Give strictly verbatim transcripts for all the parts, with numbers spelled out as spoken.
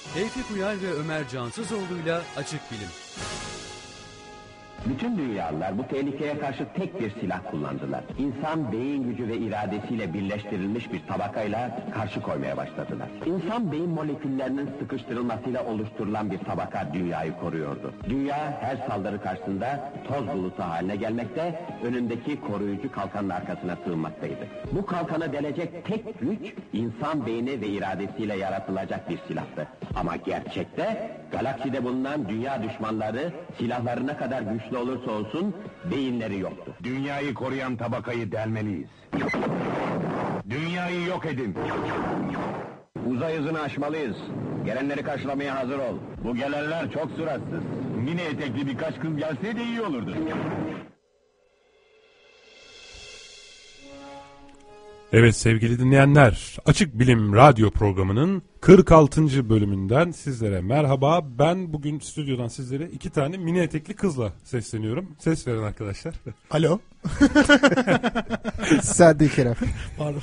Tevfik Uyar ve Ömer Cansızoğlu'yla Açık Bilim. Bütün dünyalılar bu tehlikeye karşı tek bir silah kullandılar. İnsan beyin gücü ve iradesiyle birleştirilmiş bir tabakayla karşı koymaya başladılar. İnsan beyin moleküllerinin sıkıştırılmasıyla oluşturulan bir tabaka dünyayı koruyordu. Dünya her saldırı karşısında toz bulutu haline gelmekte, önündeki koruyucu kalkanın arkasına sığınmaktaydı. Bu kalkanı delecek tek güç insan beyni ve iradesiyle yaratılacak bir silahtı. Ama gerçekte galakside bulunan dünya düşmanları silahları ne kadar güçlü olursa olsun beyinleri yoktu. Dünyayı koruyan tabakayı delmeliyiz. Dünyayı yok edin. Uzay hızını aşmalıyız. Gelenleri karşılamaya hazır ol. Bu gelenler çok suratsız. Mini etekli birkaç kız gelseydi iyi olurdu. Evet sevgili dinleyenler, Açık Bilim Radyo programının kırk altıncı bölümünden sizlere merhaba. Ben bugün stüdyodan sizlere iki tane mini etekli kızla sesleniyorum. Ses verin arkadaşlar. Alo. Sen de Kerem. Pardon.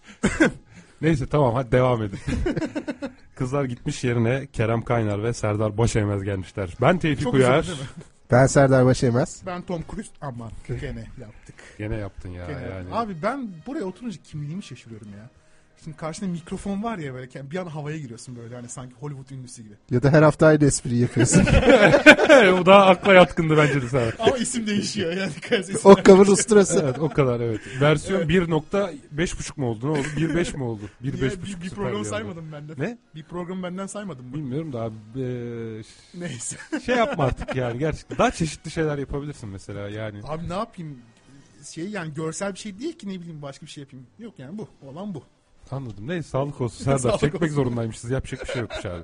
Neyse tamam hadi devam edin. Kızlar gitmiş yerine Kerem Kaynar ve Serdar Başeymez gelmişler. Ben Tevfik Çok Uyar. güzel, Ben Serdar Başeymez. Ben Tom Cruise. Aman gene yaptık. Gene yaptın ya Gene. yani. Abi ben buraya oturunca kimliğimi şaşırıyorum ya. Şimdi karşında mikrofon var ya böyle bir an havaya giriyorsun böyle hani sanki Hollywood ünlüsü gibi. Ya da her hafta aynı espriyi yapıyorsun. O daha akla yatkındı bence de sana. Ama isim değişiyor yani. Okkav'ın usturası. Evet o kadar evet. Versiyon Evet. bir nokta beş buçuk mu oldu ne oldu? bir nokta beş mi oldu? bir nokta beş buçuk bir, bir programı saymadım ben de. Ne? Bir programı benden saymadım mı? Bilmiyorum da abi. Ee, Neyse. Şey yapma artık yani gerçekten. Daha çeşitli şeyler yapabilirsin mesela yani. Abi ne yapayım? Şey yani görsel bir şey değil ki ne bileyim başka bir şey yapayım. Yok yani bu. Olan bu. Anladım. Neyse sağlık olsun Serdar. Sağlık Çekmek olsun. zorundaymışız. Yapacak bir şey yokmuş abi.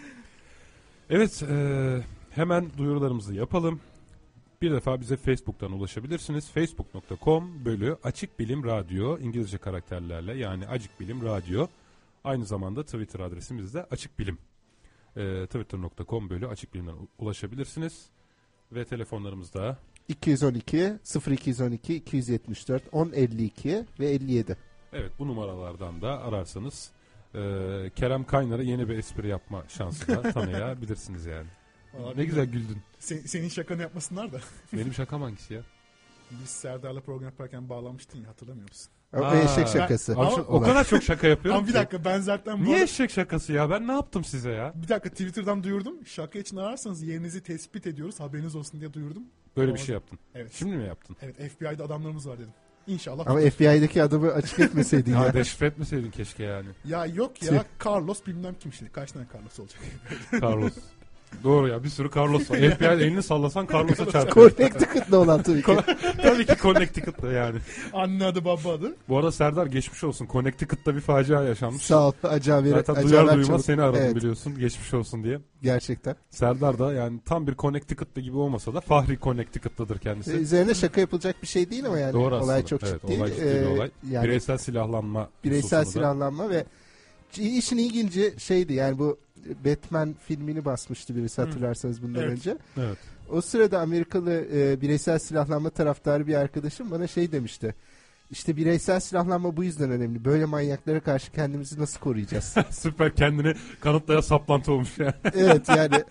Evet. E, hemen duyurularımızı yapalım. Bir defa bize Facebook'tan ulaşabilirsiniz. facebook nokta com bölü Açık Bilim Radyo İngilizce karakterlerle yani Açık Bilim Radyo. Aynı zamanda Twitter adresimiz de Açık Bilim. E, twitter nokta com bölü Açık Bilim'den ulaşabilirsiniz. Ve telefonlarımızda iki yüz on iki sıfır iki yüz on iki iki yüz yetmiş dört on elli iki ve elli yedi. Evet bu numaralardan da ararsanız e, Kerem Kaynar'a yeni bir espri yapma şansı da tanıyabilirsiniz yani. Abi, ne güzel güldün. Sen, senin şakanı yapmasınlar da. Benim şakam hangisi ya? Biz Serdar'la program yaparken bağlamıştın ya hatırlamıyor musun? O Aa, eşek şakası. Abi, şu- o kadar çok şaka yapıyorum Ama bir ki. dakika ben zaten... bu Niye arada- eşek şakası ya? Ben ne yaptım size ya? Bir dakika Twitter'dan duyurdum. Şaka için ararsanız yerinizi tespit ediyoruz. Haberiniz olsun diye duyurdum. Böyle Ama- bir şey yaptın. Evet. Şimdi mi yaptın? Evet F B I'de adamlarımız var dedim. İnşallah. Ama F B I'deki adamı açık etmeseydin Ya ya. deşifre etmeseydin keşke yani. Ya yok ya Carlos bilmem kim şimdi. Kaç tane Carlos olacak? Carlos. Doğru ya bir sürü Carlos var. F B I'de elini sallasan Carlos'a çarpar. Connecticut'la olan tabii ki. Tabii ki Connecticut'ta yani. Anne adı baba adı. Bu arada Serdar geçmiş olsun. Connecticut'ta bir facia yaşanmış. Sağ ol. Acaba Zaten acaba duyar çabuk. duymaz seni aradım Evet, biliyorsun. Geçmiş olsun diye. gerçekten. Serdar da yani tam bir Connecticut'ta gibi olmasa da Fahri Connecticut'tadır kendisi. Ee, Üzerine şaka yapılacak bir şey değil ama yani. Doğru aslında. Olay çok evet, ciddi. Olay ciddi bir Ee, olay. yani Bireysel silahlanma. bireysel hususunda da- silahlanma ve işin ilginci şeydi yani bu Batman filmini basmıştı birisi hatırlarsanız bundan Evet. önce. Evet. O sırada Amerikalı e, bireysel silahlanma taraftarı bir arkadaşım bana şey demişti. İşte bireysel silahlanma bu yüzden önemli. Böyle manyaklara karşı kendimizi nasıl koruyacağız? Süper kendini kanıtlaya saplantı olmuş ya. Evet yani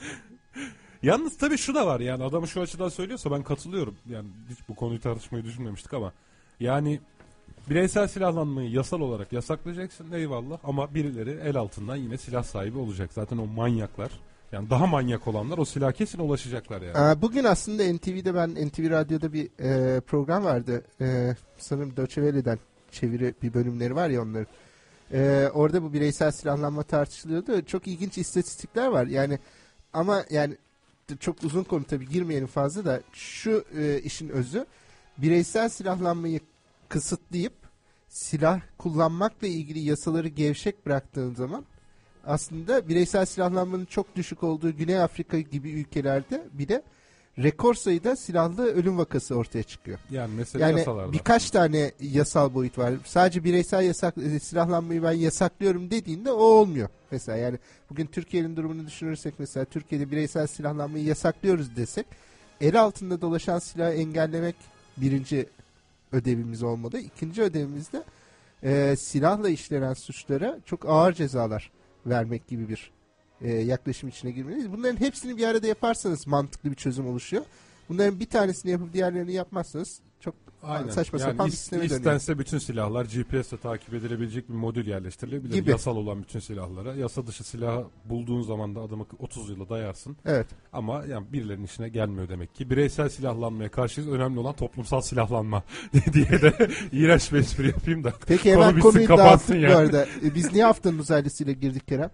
Yalnız tabii şu da var yani adamı şu açıdan söylüyorsa ben katılıyorum. Yani hiç bu konuyu tartışmayı düşünmemiştik ama yani bireysel silahlanmayı yasal olarak yasaklayacaksın eyvallah ama birileri el altından yine silah sahibi olacak. Zaten o manyaklar yani daha manyak olanlar o silah kesin ulaşacaklar yani. Aa, bugün aslında N T V'de ben N T V Radyo'da bir e, program vardı. E, sanırım Deutsche Welle'den çeviri bir bölümleri var ya onların. E, orada bu bireysel silahlanma tartışılıyordu. Çok ilginç istatistikler var. Yani ama yani çok uzun konu tabii girmeyelim fazla da şu e, işin özü bireysel silahlanmayı kısıtlayıp silah kullanmakla ilgili yasaları gevşek bıraktığın zaman aslında bireysel silahlanmanın çok düşük olduğu Güney Afrika gibi ülkelerde bile rekor sayıda silahlı ölüm vakası ortaya çıkıyor. Yani mesele Yani yasalarda. birkaç tane yasal boyut var. Sadece bireysel yasak, e, silahlanmayı ben yasaklıyorum dediğinde o olmuyor. Mesela yani bugün Türkiye'nin durumunu düşünürsek mesela Türkiye'de bireysel silahlanmayı yasaklıyoruz desek el altında dolaşan silahı engellemek birinci ödevimiz olmalı. İkinci ödevimiz de e, silahla işlenen suçlara çok ağır cezalar vermek gibi bir e, yaklaşım içine girmeliyiz. Bunların hepsini bir arada yaparsanız mantıklı bir çözüm oluşuyor. Bunların bir tanesini yapıp diğerlerini yapmazsanız çok Aynen. saçma yani sapan bir is, sisteme dönüyor. istense bütün silahlar G P S'le takip edilebilecek bir modül yerleştirilebilir. Gibi. Yasal olan bütün silahlara. Yasa dışı silahı bulduğun zaman da adamı otuz yıla dayarsın. Evet. Ama yani birilerinin işine gelmiyor demek ki. Bireysel silahlanmaya karşıyız. Önemli olan toplumsal silahlanma diye de iğrenç bir espri yapayım da. Peki hemen Konu konuyu bitsin, kapansın dağıttık yani. bu arada. E, Biz niye haftanın uzaylısıyla girdik Kerem?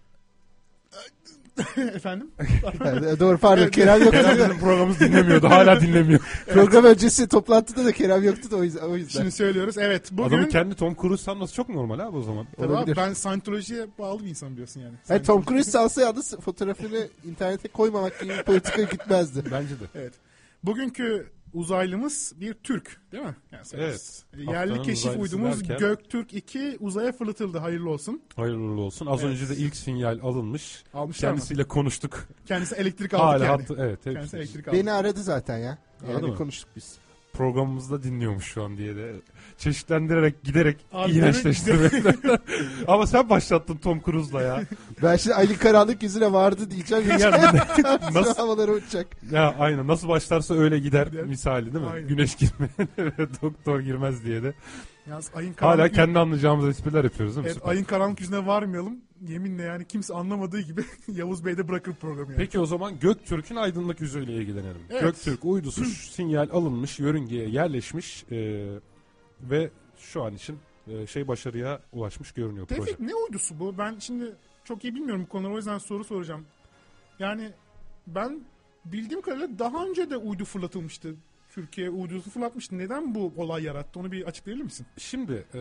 Efendim? Yani, doğru pardon Kerem yoktu. Kerem bizim programımızı dinlemiyordu. Hala dinlemiyor. Program öncesi toplantıda da Kerem yoktu da o yüzden. O yüzden. Şimdi söylüyoruz. Evet. Bugün... Adamın kendi Tom Cruise sanması çok normal abi o zaman. Tabii abi, Olabilir. ben Scientology'ye bağlı bir insan biliyorsun yani. Yani Tom Cruise salsa yalnız fotoğrafını internete koymamak gibi bir politika gitmezdi. Bence de. Evet. Bugünkü uzaylımız bir Türk değil mi? Yani Evet. Yerli Haftanın keşif uzaylısı uydumuz derken- Göktürk iki uzaya fırlatıldı. Hayırlı olsun. Hayırlı uğurlu olsun. Az Evet. önce de ilk sinyal alınmış. Almışlar mı? Kendisiyle konuştuk. Kendisi elektrik aldık Hala yani. hattı, evet. Kendisi Hepsi. elektrik aldı. Beni aradı zaten ya. Aradı Yani mı? konuştuk biz. Programımızda dinliyormuş şu an diye de çeşitlendirerek giderek Abi iğrençleştirmekle. Ama sen başlattın Tom Cruise'la ya. Ben şimdi Ali Karanlık yüzüne vardı diyeceğim. Ya Nasıl? nasıl- Havalara uçacak. Ya aynen nasıl başlarsa öyle gider, Gider. misali değil mi? Aynen. Güneş girme ve doktor girmez diye de. Yalnız ayın karanlık Hala yüzü- kendi anlayacağımız espriler yapıyoruz değil mi? Evet, Süper. ayın karanlık yüzüne varmayalım. Yeminle yani kimse anlamadığı gibi Yavuz Bey de bırakır programı yani. Peki o zaman Göktürk'ün aydınlık yüzüyle ilgilenelim. Evet. Göktürk uydusu sinyal alınmış, yörüngeye yerleşmiş e, ve şu an için e, şey başarıya ulaşmış görünüyor proje. Tevfik ne uydusu bu? Ben şimdi çok iyi bilmiyorum bu konuları, o yüzden soru soracağım. Yani ben bildiğim kadarıyla daha önce de uydu fırlatılmıştı. Türkiye uydusu fırlatmıştı. Neden bu olay yarattı? Onu bir açıklayabilir misin? Şimdi e,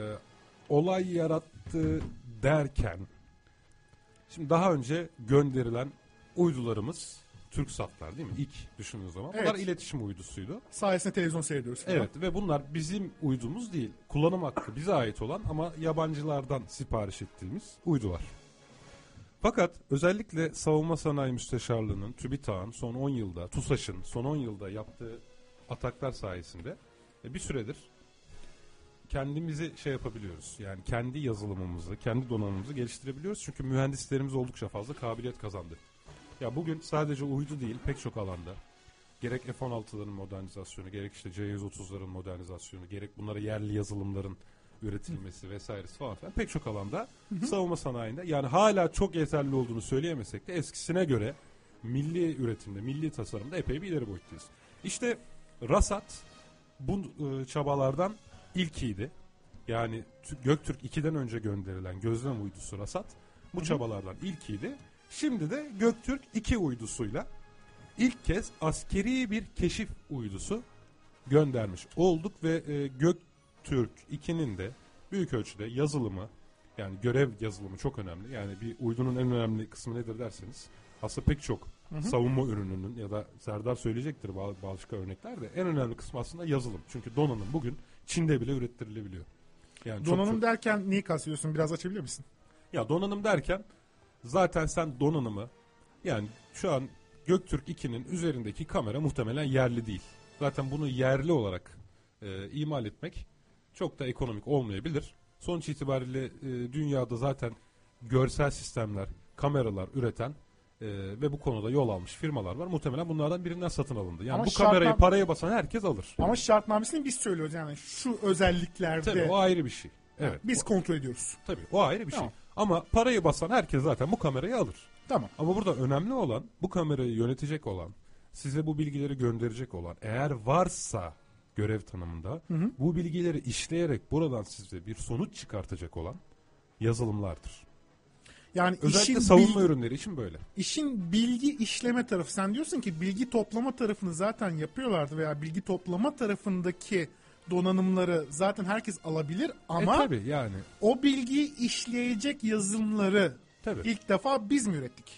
olay yarattı derken şimdi daha önce gönderilen uydularımız TürkSatlar değil mi? İlk düşündüğünüz zaman. Bunlar Evet. iletişim uydusuydu. Sayesinde televizyon seyrediyoruz. falan. Evet ve bunlar bizim uydumuz değil. Kullanım hakkı bize ait olan ama yabancılardan sipariş ettiğimiz uydular. Fakat özellikle Savunma Sanayi Müsteşarlığı'nın, TÜBİTAK'ın son on yılda, TUSAŞ'ın son on yılda yaptığı ataklar sayesinde e, bir süredir kendimizi şey yapabiliyoruz. Yani kendi yazılımımızı, kendi donanımımızı geliştirebiliyoruz. Çünkü mühendislerimiz oldukça fazla kabiliyet kazandı. Ya bugün sadece uydu değil, pek çok alanda gerek F on altıların modernizasyonu, gerek işte C yüz otuzların modernizasyonu, gerek bunlara yerli yazılımların üretilmesi vesairesi falan filan pek çok alanda savunma sanayinde yani hala çok yeterli olduğunu söyleyemesek de eskisine göre milli üretimde, milli tasarımda epey bir ileri boyuttayız. İşte RASAT bu e, çabalardan ilkiydi. Yani Tü- Göktürk iki'den önce gönderilen gözlem uydusu RASAT bu çabalardan ilkiydi. Şimdi de Göktürk iki uydusuyla ilk kez askeri bir keşif uydusu göndermiş olduk ve e, Göktürk iki'nin de büyük ölçüde yazılımı yani görev yazılımı çok önemli. Yani bir uydunun en önemli kısmı nedir derseniz aslında pek çok Hı hı. savunma ürününün ya da Serdar söyleyecektir ba- başka örnekler de en önemli kısmı aslında yazılım. Çünkü donanım bugün Çin'de bile ürettirilebiliyor. Yani çok- Donanım çok- derken neyi kastediyorsun? Biraz açabilir misin? ya donanım derken zaten sen donanımı yani şu an Göktürk iki'nin üzerindeki kamera muhtemelen yerli değil. Zaten bunu yerli olarak e, imal etmek çok da ekonomik olmayabilir. Sonuç itibariyle e, dünyada zaten görsel sistemler, kameralar üreten e, ve bu konuda yol almış firmalar var. Muhtemelen bunlardan birinden satın alındı. Yani Ama bu kamerayı şartlan- paraya basan herkes alır. Ama şartnamesini biz söylüyoruz yani şu özelliklerde Tabii o ayrı bir şey. Evet. biz kontrol ediyoruz. Tabii o ayrı bir Tamam. şey. Ama parayı basan herkes zaten bu kamerayı alır. Tamam. Ama burada önemli olan bu kamerayı yönetecek olan, size bu bilgileri gönderecek olan, eğer varsa görev tanımında Hı hı. bu bilgileri işleyerek buradan size bir sonuç çıkartacak olan yazılımlardır. Yani Özellikle işin savunma bilgi, ürünleri için böyle. işin bilgi işleme tarafı. Sen diyorsun ki bilgi toplama tarafını zaten yapıyorlardı veya bilgi toplama tarafındaki donanımları zaten herkes alabilir ama e tabii yani. o bilgiyi işleyecek yazılımları Tabii. ilk defa biz mi ürettik?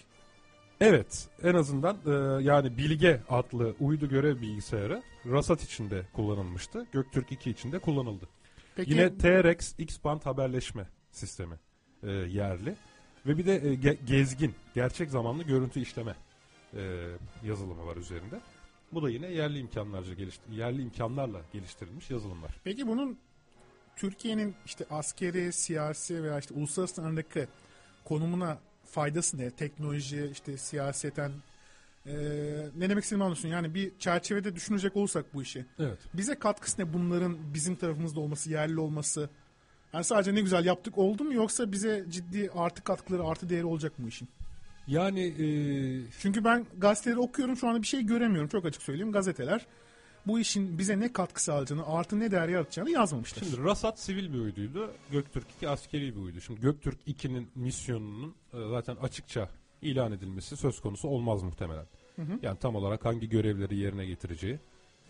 Evet, en azından e, yani Bilge adlı uydu görev bilgisayarı RASAT içinde kullanılmıştı. Göktürk iki içinde kullanıldı. Peki Yine T R X X-band haberleşme sistemi e, yerli ve bir de e, ge- gezgin gerçek zamanlı görüntü işleme e, yazılımı var üzerinde. Bu da yine yerli imkanlarca geliştir yerli imkanlarla geliştirilmiş yazılımlar. Peki bunun Türkiye'nin işte askeri, siyasi veya işte uluslararası alandaki konumuna faydası ne? Teknoloji, işte siyaseten e, ne demek istediğimi anlıyorsun. Yani bir çerçevede düşünecek olursak bu işi. Evet. Bize katkısı ne bunların bizim tarafımızda olması, yerli olması? Yani sadece ne güzel yaptık oldu mu yoksa bize ciddi artı katkıları, artı değeri olacak mı bu işin? Yani e, Çünkü ben gazeteleri okuyorum şu anda bir şey göremiyorum. Çok açık söyleyeyim. Gazeteler bu işin bize ne katkı sağlayacağını, artı ne değer yaratacağını yazmamışlar. şimdi Rasat sivil bir uyduydu. Göktürk iki askeri bir uydu. Şimdi Göktürk iki'nin misyonunun e, zaten açıkça ilan edilmesi söz konusu olmaz muhtemelen. Hı hı. Yani tam olarak hangi görevleri yerine getireceği.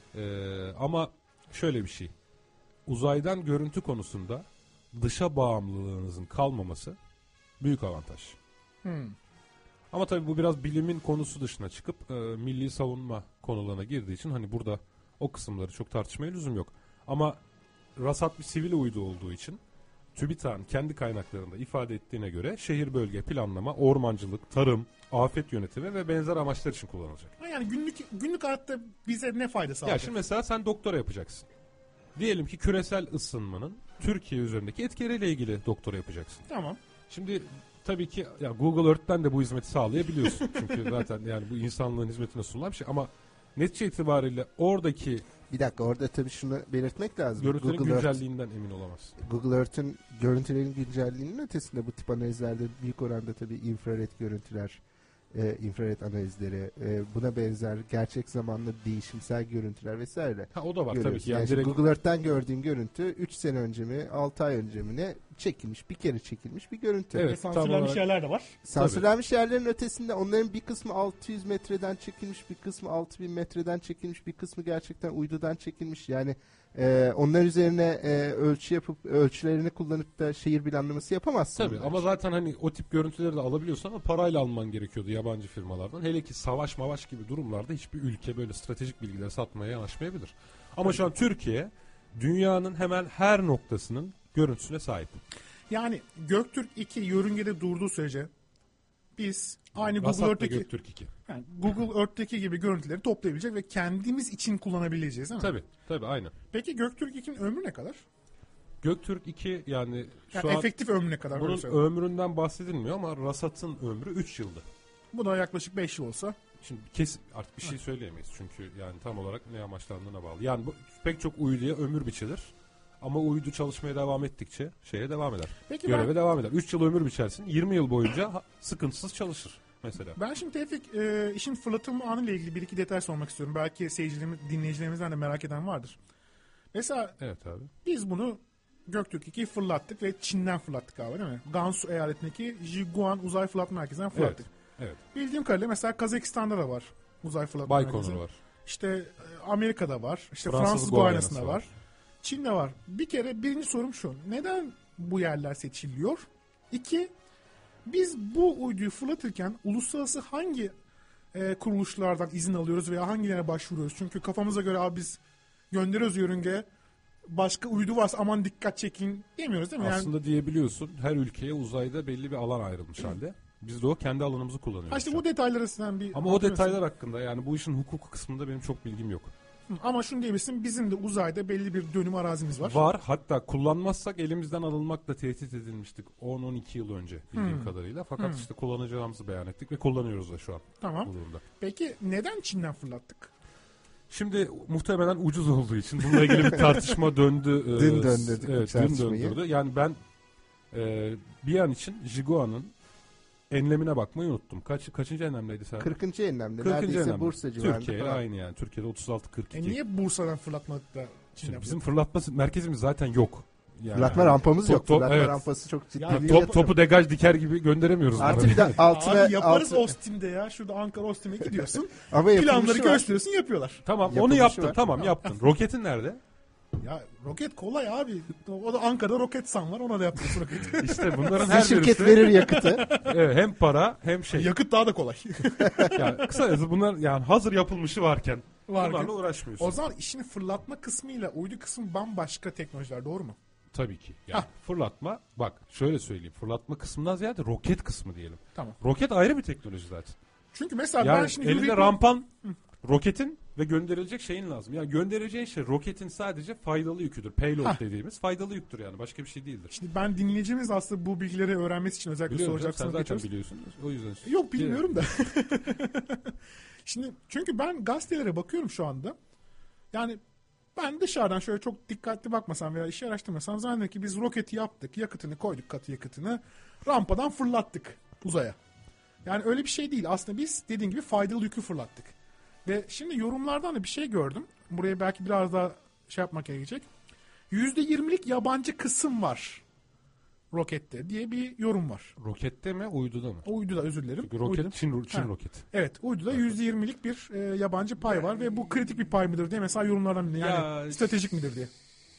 E, ama şöyle bir şey. Uzaydan görüntü konusunda dışa bağımlılığınızın kalmaması büyük avantaj. Hmm. Ama tabii bu biraz bilimin konusu dışına çıkıp e, milli savunma konularına girdiği için hani burada o kısımları çok tartışmaya lüzum yok. Ama Rasat bir sivil uydu olduğu için TÜBİTAK'ın kendi kaynaklarında ifade ettiğine göre şehir bölge planlama, ormancılık, tarım, afet yönetimi ve benzer amaçlar için kullanılacak. Yani günlük günlük hayatta bize ne fayda Ya sağlayacak? şimdi mesela sen doktora yapacaksın. Diyelim ki küresel ısınmanın Türkiye üzerindeki etkileriyle ilgili doktora yapacaksın. Tamam. Şimdi tabii ki ya Google Earth'ten de bu hizmeti sağlayabiliyorsun. Çünkü zaten yani bu insanlığın hizmetine sunulan bir şey ama netice itibariyle oradaki Bir dakika, orada tabii şunu belirtmek lazım. görüntünün Google Earth, güncelliğinden emin olamazsın. Google Earth'ün görüntülerin güncelliğinin ötesinde bu tip analizlerde büyük oranda tabii infrared görüntüler, e, infrared analizleri, e, buna benzer gerçek zamanlı değişimsel görüntüler vesaire. Ha o da var tabii görüyorsun. ki. Yani Yani şimdi direkt Google Earth'ten gördüğün görüntü üç sene önce mi, altı ay önce mi ne çekilmiş, bir kere çekilmiş bir görüntü. Evet, Ve tam sansürlenmiş olarak- yerler de var. Sansürlenmiş yerlerin ötesinde onların bir kısmı altı yüz metreden çekilmiş, bir kısmı altı bin metreden çekilmiş, bir kısmı gerçekten uydudan çekilmiş. Yani e, onlar üzerine e, ölçü yapıp ölçülerini kullanıp da şehir planlaması yapamazsın. tabii onlar. ama zaten hani o tip görüntüleri de alabiliyorsan ama parayla alman gerekiyordu yabancı firmalardan. Hele ki savaş mavaş gibi durumlarda hiçbir ülke böyle stratejik bilgileri satmaya yanaşmayabilir. Ama şu an Türkiye dünyanın hemen her noktasının görüntüsüne sahip. Yani Göktürk iki yörüngede durduğu sürece biz aynı Google Rasat ve Earth'teki Göktürk iki. yani Google Earth'teki gibi görüntüleri toplayabilecek ve kendimiz için kullanabileceğiz değil mi? Tabii tabii aynen. Peki Göktürk iki'nin ömrü ne kadar? Göktürk iki yani şu Yani an efektif ömrü ne kadar? bunun Öyle söyleyeyim. ömründen bahsedilmiyor ama Rasat'ın ömrü üç yıldı. Bu da yaklaşık beş yıl olsa. Şimdi kesin artık bir şey söyleyemeyiz çünkü yani tam olarak ne amaçlandığına bağlı. Yani bu, pek çok uyduya ömür biçilir ama uydu çalışmaya devam ettikçe şeye devam eder. Peki Göreve ben, devam eder. üç yıl ömür biçersin yirmi yıl boyunca ha- sıkıntısız çalışır mesela. ben şimdi Tevfik e, işin fırlatılma anıyla ilgili bir iki detay sormak istiyorum. Belki seyircilerimiz, dinleyicilerimizden de merak eden vardır. Mesela Evet abi. biz bunu Göktürk iki'yi fırlattık ve Çin'den fırlattık galiba değil mi? Gansu eyaletindeki Jiguan Uzay Fırlatma Merkezi'nden fırlattık. Evet. Bildiğim kadarıyla mesela Kazakistan'da da var uzay fırlatma merkezi. Baykonur var. İşte e, Amerika'da var. İşte Fransız Fransız Guyana'sı Guyana'sında var. var. Çin'de var. Bir kere birinci sorum şu. Neden bu yerler seçiliyor? İki, biz bu uyduyu fırlatırken uluslararası hangi e, kuruluşlardan izin alıyoruz veya hangilerine başvuruyoruz? Çünkü kafamıza göre abi biz gönderiyoruz yörüngeye, başka uydu varsa aman dikkat çekin demiyoruz değil mi? Yani, Aslında diyebiliyorsun her ülkeye uzayda belli bir alan ayrılmış halde. Biz de o kendi alanımızı kullanıyoruz. ha işte şu an. bu detayları sen bir Ama o anlatır mısın? detaylar hakkında yani bu işin hukuku kısmında benim çok bilgim yok. Hı, ama şunu diyebilirsin, bizim de uzayda belli bir dönüm arazimiz var. Var. Hatta kullanmazsak elimizden alınmakla tehdit edilmiştik on on iki yıl önce bildiğim Hmm. kadarıyla. Fakat Hmm. işte kullanacağımızı beyan ettik ve kullanıyoruz da şu an Tamam. bu durumda. Peki neden Çin'den fırlattık? Şimdi muhtemelen ucuz olduğu için bununla ilgili bir tartışma döndü. Ee, Dün döndürdük bu Evet, dün tartışmayı. döndürdü. Yani ben e, bir an için Jiguan'ın enlemine bakmayı unuttum. Kaç kaçıncı enlemdeydi sen? kırkıncı enlemde. kırkıncı Neredeyse enlemde. Bursa civarında Türkiye falan. aynı yani. Türkiye'de otuz altı kırk E iki. niye Bursa'dan fırlatmadık da Çin'den Şimdi bizim fırlattık? fırlatma merkezimiz zaten yok. Yani, Fırlatma rampamız top- yok. top- Fırlatma evet. rampası çok ciddi. Ya bir Top, yatırım. topu degaj diker gibi gönderemiyoruz. Artı bunları. bir de altına, Abi yaparız altı, Ostim'de ya. Şurada Ankara Ostim'e gidiyorsun. ama yapılmışı Planları var. gösteriyorsun, yapıyorlar. Tamam onu Yapılmışı yaptın. var. Tamam yaptın. Roketin nerede? Ya roket kolay abi. O da Ankara'da Roketsan var. Ona da yaptırız roketi. İşte bunların Size her şirket birisi verir yakıtı. evet, hem para hem şey. Yakıt daha da kolay. Yani kısacası bunlar yani hazır yapılmışı varken Var. bunlarla uğraşmıyorsun. O zaman işini fırlatma kısmıyla uydu kısmı bambaşka teknolojiler, doğru mu? Tabii ki. Yani Hah. fırlatma bak şöyle söyleyeyim. Fırlatma kısmından ziyade roket kısmı diyelim. Tamam. Roket ayrı bir teknoloji zaten. Çünkü mesela Yani ben şimdi elinde Yuri- rampan roketin Ve gönderilecek şeyin lazım. Yani göndereceğin şey roketin sadece faydalı yüküdür. Payload Hah. dediğimiz faydalı yüktür yani. Başka bir şey değildir. Şimdi ben dinleyicimiz aslında bu bilgileri öğrenmesi için özellikle Biliyorum canım, soracaksınız. sen zaten geçiyoruz. biliyorsun. O yüzden. Yok bilmiyorum da. Şimdi çünkü ben gazetelere bakıyorum şu anda. Yani ben dışarıdan şöyle çok dikkatli bakmasam veya işi araştırmasam zannediyorum ki biz roketi yaptık, yakıtını koyduk, katı yakıtını rampadan fırlattık uzaya. Yani öyle bir şey değil. Aslında biz dediğin gibi faydalı yükü fırlattık. Ve şimdi yorumlardan da bir şey gördüm. Buraya belki biraz daha şey yapmak gerekecek. yüzde yirmilik yabancı kısım var rokette diye bir yorum var. Rokette mi, uyduda mı? Uyduda, özür dilerim. Çünkü roket Uydu. Çin, Çin Ha. roketi. Evet, uyduda yüzde yirmilik bir e, yabancı pay var ve bu kritik bir pay mıdır diye mesela yorumlardan biri. Yani Ya, stratejik midir diye.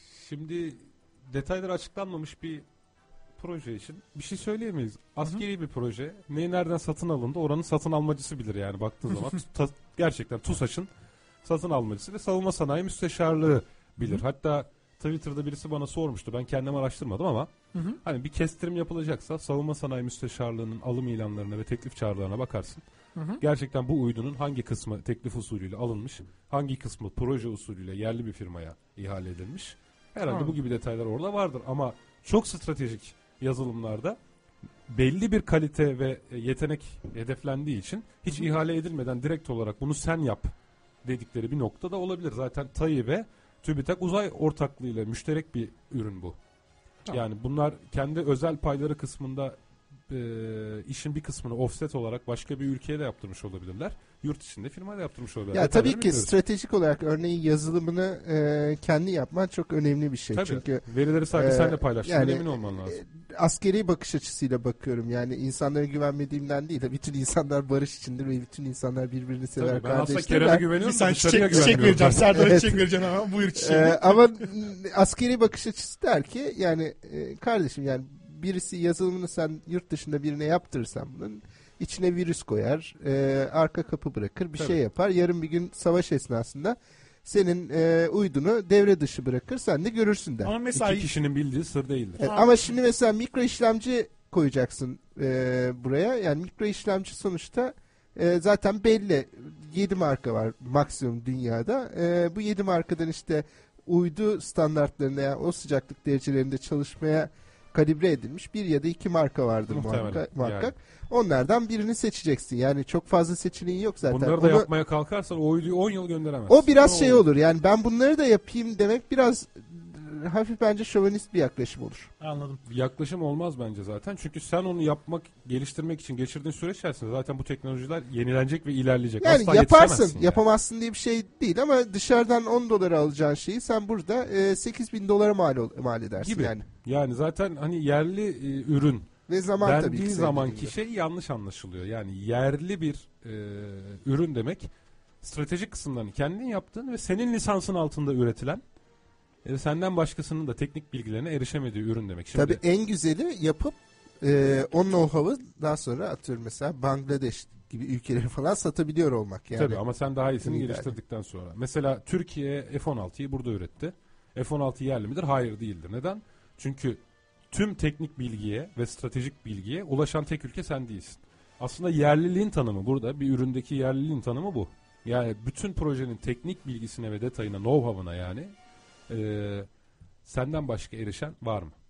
Şimdi detayları açıklanmamış bir proje için bir şey söyleyemeyiz. Askeri bir proje. Neyi nereden satın alındı oranın satın almacısı bilir yani baktığın zaman. Ta- gerçekten TUSAŞ'ın satın almacısı ve savunma sanayi müsteşarlığı bilir. Hatta Twitter'da birisi bana sormuştu. Ben kendim araştırmadım ama Hı hı. hani bir kestirim yapılacaksa savunma sanayi müsteşarlığının alım ilanlarına ve teklif çağrılarına bakarsın. Hı hı. Gerçekten bu uydunun hangi kısmı teklif usulüyle alınmış, hangi kısmı proje usulüyle yerli bir firmaya ihale edilmiş. Herhalde Anladım. bu gibi detaylar orada vardır ama çok stratejik yazılımlarda belli bir kalite ve yetenek hedeflendiği için hiç Hı hı. ihale edilmeden direkt olarak bunu sen yap dedikleri bir nokta da olabilir. Zaten T A İ ve TÜBİTAK uzay ortaklığıyla müşterek bir ürün bu. Tamam. Yani bunlar kendi özel payları kısmında e, işin bir kısmını offset olarak başka bir ülkeye de yaptırmış olabilirler. Yurt içinde firmaya da yaptırmış olabilirler. Ya Detaylarını tabii ki bilmiyoruz. stratejik olarak örneğin yazılımını e, kendi yapman çok önemli bir şey. Tabii. Çünkü Verileri sadece e, senle paylaştığına yani, emin olman lazım. e, askeri bakış açısıyla bakıyorum. Yani insanlara güvenmediğimden değil de bütün insanlar barış içindir ve bütün insanlar birbirini sever, Tabii, ben aslında kardeştirler. Kerem'e güveniyorum Sen da dışarıya çiçek, çiçek güvenmiyorum. vereceğim. Serdar'a Evet. çiçek vereceğim ama buyur Ee, çiçeği. ama m, askeri bakış açısı der ki yani e, kardeşim yani birisi yazılımını sen yurt dışında birine yaptırırsan bunun içine virüs koyar, e, arka kapı bırakır, bir Tabii. şey yapar. Yarın bir gün savaş esnasında senin e, uydunu devre dışı bırakır, sen de görürsün der. Ama mesela İki kişinin bildiği sır değildir. Evet, Ama- ama şimdi mesela mikro işlemci koyacaksın e, buraya. Yani mikro işlemci sonuçta e, zaten belli. yedi marka var maksimum dünyada. E, bu yedi markadan işte uydu standartlarında yani o sıcaklık derecelerinde çalışmaya kalibre edilmiş bir ya da iki marka vardır Muhtemelen, muhakkak. muhakkak. yani. Onlardan birini seçeceksin. Yani çok fazla seçeneğin yok zaten. Bunları da Onu- yapmaya kalkarsan o uyduyu on yıl gönderemezsin. o biraz Ne şey olur. Yani ben bunları da yapayım demek biraz e, hafif bence şövenist bir yaklaşım olur. Anladım. Yaklaşım olmaz bence zaten. Çünkü sen onu yapmak, geliştirmek için geçirdiğin süreç içerisinde zaten bu teknolojiler yenilenecek ve ilerleyecek. Yani Asla yaparsın, yetişemezsin yani. yapamazsın diye bir şey değil ama dışarıdan on dolara alacağın şeyi sen burada e, sekiz bin dolara mal, ol- mal edersin Gibi. yani. Yani zaten hani yerli e, ürün Ve zaman tabii ki. dendiği senin zamanki dediğin şey yanlış anlaşılıyor. Yani yerli bir e, ürün demek stratejik kısımlarını kendin yaptığın ve senin lisansın altında üretilen e, senden başkasının da teknik bilgilerine erişemediği ürün demek. Şimdi Tabii en güzeli yapıp e, o know-how'ı daha sonra atıyorum mesela Bangladeş gibi ülkeleri falan satabiliyor olmak yani. Tabii ama sen daha iyisini Yani. geliştirdikten sonra. Mesela Türkiye F on altıyı burada üretti. F on altı yerli midir? Hayır değildir. Neden? Çünkü tüm teknik bilgiye ve stratejik bilgiye ulaşan tek ülke sen değilsin. Aslında yerliliğin tanımı burada. Bir üründeki yerliliğin tanımı bu. Yani bütün projenin teknik bilgisine ve detayına, know-how'ına yani e, senden başka erişen var mı?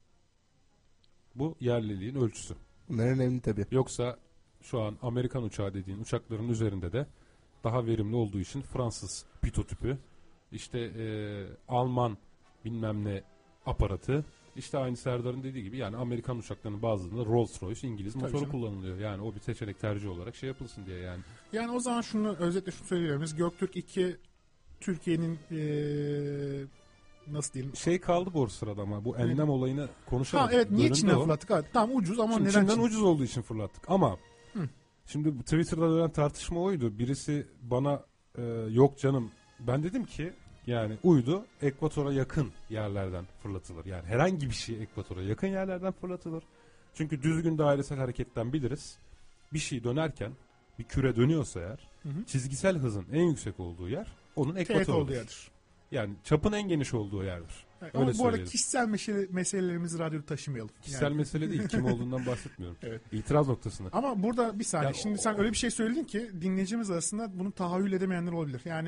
Bu yerliliğin ölçüsü. Bunlar önemli tabii. Yoksa şu an Amerikan uçağı dediğin uçakların üzerinde de daha verimli olduğu için Fransız pilotipi, işte e, Alman bilmem ne aparatı, işte aynı Serdar'ın dediği gibi yani Amerikan uçaklarının bazılarında Rolls-Royce İngiliz Tabii motoru canım. kullanılıyor. Yani o bir seçenek tercih olarak şey yapılsın diye yani. Yani o zaman şunu özetle şunu söyleyelim. Biz Göktürk iki Türkiye'nin eee nasıl diyelim? Şey kaldı bu sırada ama bu enlem Evet. olayını Ha konuşamadık. evet niye Bölümde Çin'den o. fırlattık? Evet, tamam ucuz ama Şimdi neden Çin'den Çin? ucuz olduğu için fırlattık ama Hı. şimdi bu Twitter'da dönen tartışma oydu. Birisi bana e, yok canım ben dedim ki yani uydu ekvatora yakın yerlerden fırlatılır. Yani herhangi bir şey ekvatora yakın yerlerden fırlatılır. Çünkü düzgün dairesel hareketten biliriz. Bir şey dönerken bir küre dönüyorsa eğer Hı hı. çizgisel hızın en yüksek olduğu yer onun Teğet ekvatorudur. olduğu yerdir. Yani çapın en geniş olduğu yerdir. Evet, Öyle ama bu arada söyleyelim. kişisel mesele, meselelerimizi radyoda taşımayalım. Kişisel Yani. mesele değil. Kim olduğundan bahsetmiyorum. Evet. İtiraz noktasını. Ama burada bir saniye. Ya Şimdi o- sen öyle bir şey söyledin ki dinleyicimiz arasında bunu tahayyül edemeyenler olabilir. Yani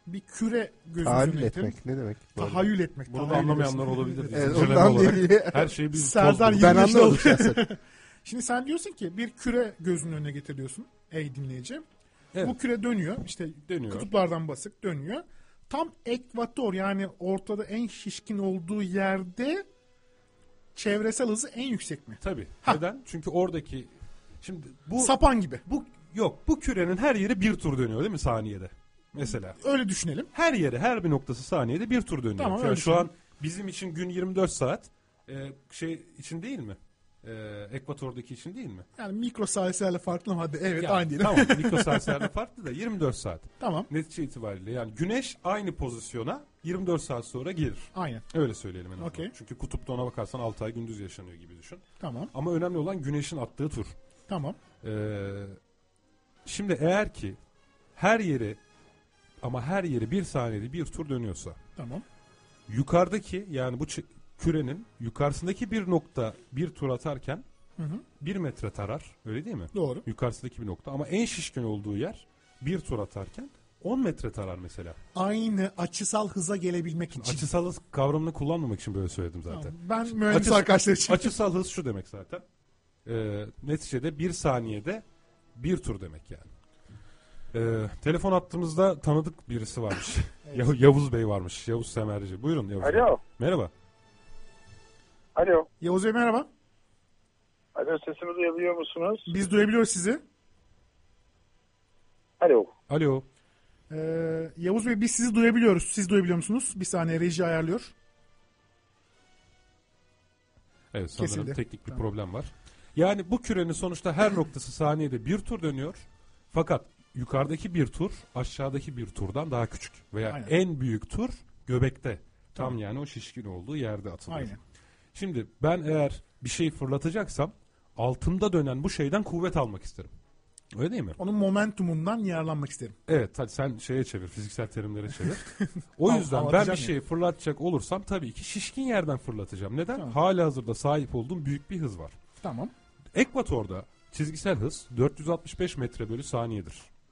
bir küre gözünüzün Tahayyül önüne getirin. etmek ne demek? bu arada? Tahayyül etmek. Bunu da tahayyül anlamayanlar ediyorsun. olabilir. Evet, Zincirleme ondan olarak değil. her şeyi biz Serdar toz Ben yirmi yaşında anlamadım oldu. şahsen. Şimdi sen diyorsun ki bir küre gözünün önüne getiriyorsun ey dinleyici. Evet. Bu küre dönüyor. İşte Dönüyor. kutuplardan basık dönüyor. Tam ekvator yani ortada en şişkin olduğu yerde çevresel hızı en yüksek mi? Tabii. Ha. Neden? Çünkü oradaki şimdi bu Sapan gibi. bu yok bu kürenin her yeri bir tur dönüyor değil mi saniyede? Mesela. Öyle düşünelim. Her yeri, her bir noktası saniyede bir tur dönüyor. Tamam, Yani öyle şu an bizim için gün yirmi dört saat. Ee, şey için değil mi? Ee, Ekvatordaki için değil mi? Yani mikrosaliselerle farklı mı? Hadi evet Yani, aynı değil. tamam. Mikrosaliselerle farklı da yirmi dört saat. Tamam. Netice itibariyle yani güneş aynı pozisyona yirmi dört saat sonra gelir. Aynen. Öyle söyleyelim en azından. Okey. Çünkü kutupta ona bakarsan altı ay gündüz yaşanıyor gibi düşün. Tamam. Ama önemli olan güneşin attığı tur. Tamam. Ee, şimdi eğer ki her yeri ama her yeri bir saniyede bir tur dönüyorsa Tamam. yukarıdaki yani bu ç- kürenin yukarısındaki bir nokta bir tur atarken Hı hı. bir metre tarar. Öyle değil mi? Doğru. Yukarısındaki bir nokta. Ama en şişkin olduğu yer bir tur atarken on metre tarar mesela. Aynı açısal hıza gelebilmek için. Açısal hız kavramını kullanmamak için böyle söyledim Tamam. zaten. Ben mühendis Açıs- arkadaşlar için. Açısal hız şu demek zaten. Ee, neticede bir saniyede bir tur demek yani. Ee, telefon attığımızda tanıdık birisi varmış. Yav- Yavuz Bey varmış. Yavuz Semerci. Buyurun Yavuz Bey. Alo. Merhaba. Alo. Yavuz Bey merhaba. Alo, sesimi duyabiliyor musunuz? Biz duyabiliyoruz sizi. Alo. Alo. Ee, Yavuz Bey biz sizi duyabiliyoruz. Siz duyabiliyor musunuz? Bir saniye reji ayarlıyor. Evet sanırım Kesildi. teknik bir Tamam. problem var. Yani bu kürenin sonuçta her noktası saniyede bir tur dönüyor. Fakat yukarıdaki bir tur aşağıdaki bir turdan daha küçük. Veya Aynen. en büyük tur göbekte. Tam Tamam. yani o şişkin olduğu yerde atılıyor. Aynen. Şimdi ben eğer bir şey fırlatacaksam altında dönen bu şeyden kuvvet almak isterim. Öyle değil mi? Onun momentumundan yararlanmak isterim. Evet hadi sen şeye çevir, fiziksel terimlere çevir. O Av- yüzden ben avlatacağım bir ya. şeyi fırlatacak olursam tabii ki şişkin yerden fırlatacağım. Neden? Tamam. Halihazırda sahip olduğum büyük bir hız var. Tamam. Ekvatorda çizgisel hız dört yüz altmış beş metre bölü saniyedir.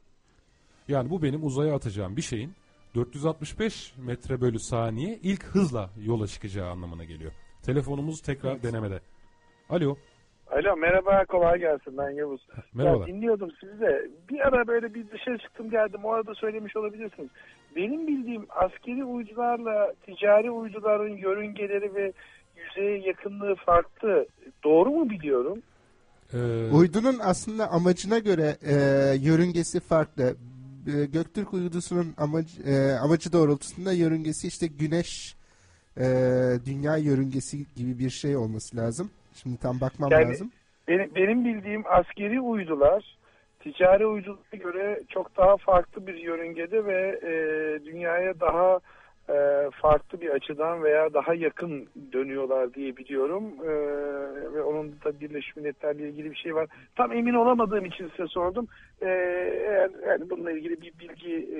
Yani bu benim uzaya atacağım bir şeyin dört yüz altmış beş metre bölü saniye ilk hızla yola çıkacağı anlamına geliyor. Telefonumuz tekrar Evet. denemede. Alo. Alo, merhaba, kolay gelsin, ben Yavuz. Merhabalar. Ya, dinliyordum sizi de. Bir ara böyle bir dışarı çıktım geldim, o arada söylemiş olabilirsiniz. Benim bildiğim askeri uydularla ticari uyduların yörüngeleri ve yüzeye yakınlığı farklı. Doğru mu biliyorum? Ee, Uydunun aslında amacına göre e, yörüngesi farklı. E, Göktürk uydusunun amacı, e, amacı doğrultusunda yörüngesi işte güneş e, dünya yörüngesi gibi bir şey olması lazım. Şimdi tam bakmam Yani- lazım. Benim, benim bildiğim askeri uydular ticari uydulara göre çok daha farklı bir yörüngede ve e, dünyaya daha e, farklı bir açıdan veya daha yakın dönüyorlar diye biliyorum. E, ve onun da Birleşmiş Milletler'le ilgili bir şey var. Tam emin olamadığım için size sordum. E, eğer yani bununla ilgili bir bilgi e,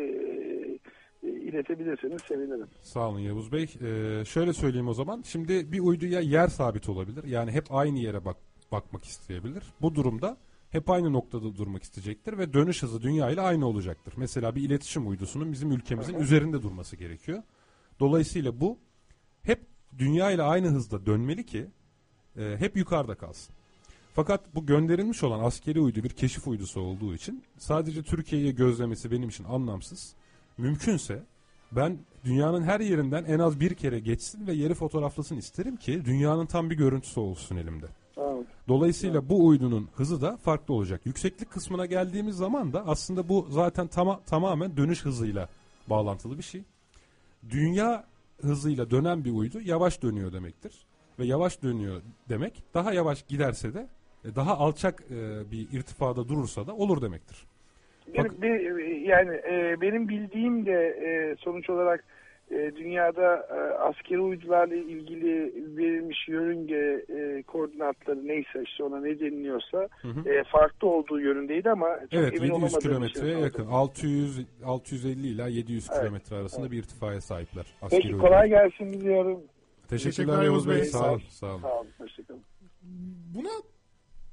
e, iletebilirseniz sevinirim. Sağ olun Yavuz Bey. Ee, şöyle söyleyeyim o zaman. Şimdi bir uyduya yer sabit olabilir. Yani hep aynı yere bak bakmak isteyebilir. Bu durumda hep aynı noktada durmak isteyecektir ve dönüş hızı dünya ile aynı olacaktır. Mesela bir iletişim uydusunun bizim ülkemizin üzerinde durması gerekiyor. Dolayısıyla bu hep dünya ile aynı hızda dönmeli ki e, hep yukarıda kalsın. Fakat bu gönderilmiş olan askeri uydu bir keşif uydusu olduğu için sadece Türkiye'yi gözlemesi benim için anlamsız. Mümkünse ben dünyanın her yerinden en az bir kere geçsin ve yeri fotoğraflasın isterim ki dünyanın tam bir görüntüsü olsun elimde. Evet. Dolayısıyla bu uydunun hızı da farklı olacak. Yükseklik kısmına geldiğimiz zaman da aslında bu zaten tama- tamamen dönüş hızıyla bağlantılı bir şey. Dünya hızıyla dönen bir uydu yavaş dönüyor demektir. Ve yavaş dönüyor demek daha yavaş giderse de e, daha alçak e, bir irtifada durursa da olur demektir. Benim, Bak- be- yani e, benim bildiğim de e, sonuç olarak e, dünyada e, askeri uydularla ilgili verilmiş yörünge e, koordinatları neyse işte ona ne deniliyorsa Hı hı. e, farklı olduğu yönündeydi ama çok Evet emin yedi yüz olamadığım için kilometreye sordum. yakın. altı yüz altı yüz elli ila yedi yüz Evet. kilometre arasında bir irtifaya sahipler. Askeri Peki uydular. kolay gelsin diliyorum. Teşekkürler Teşekkürler Yavuz Bey. Yavuz Bey. Sağ olun. Sağ olun. Sağ olun. Hoşçakalın. Buna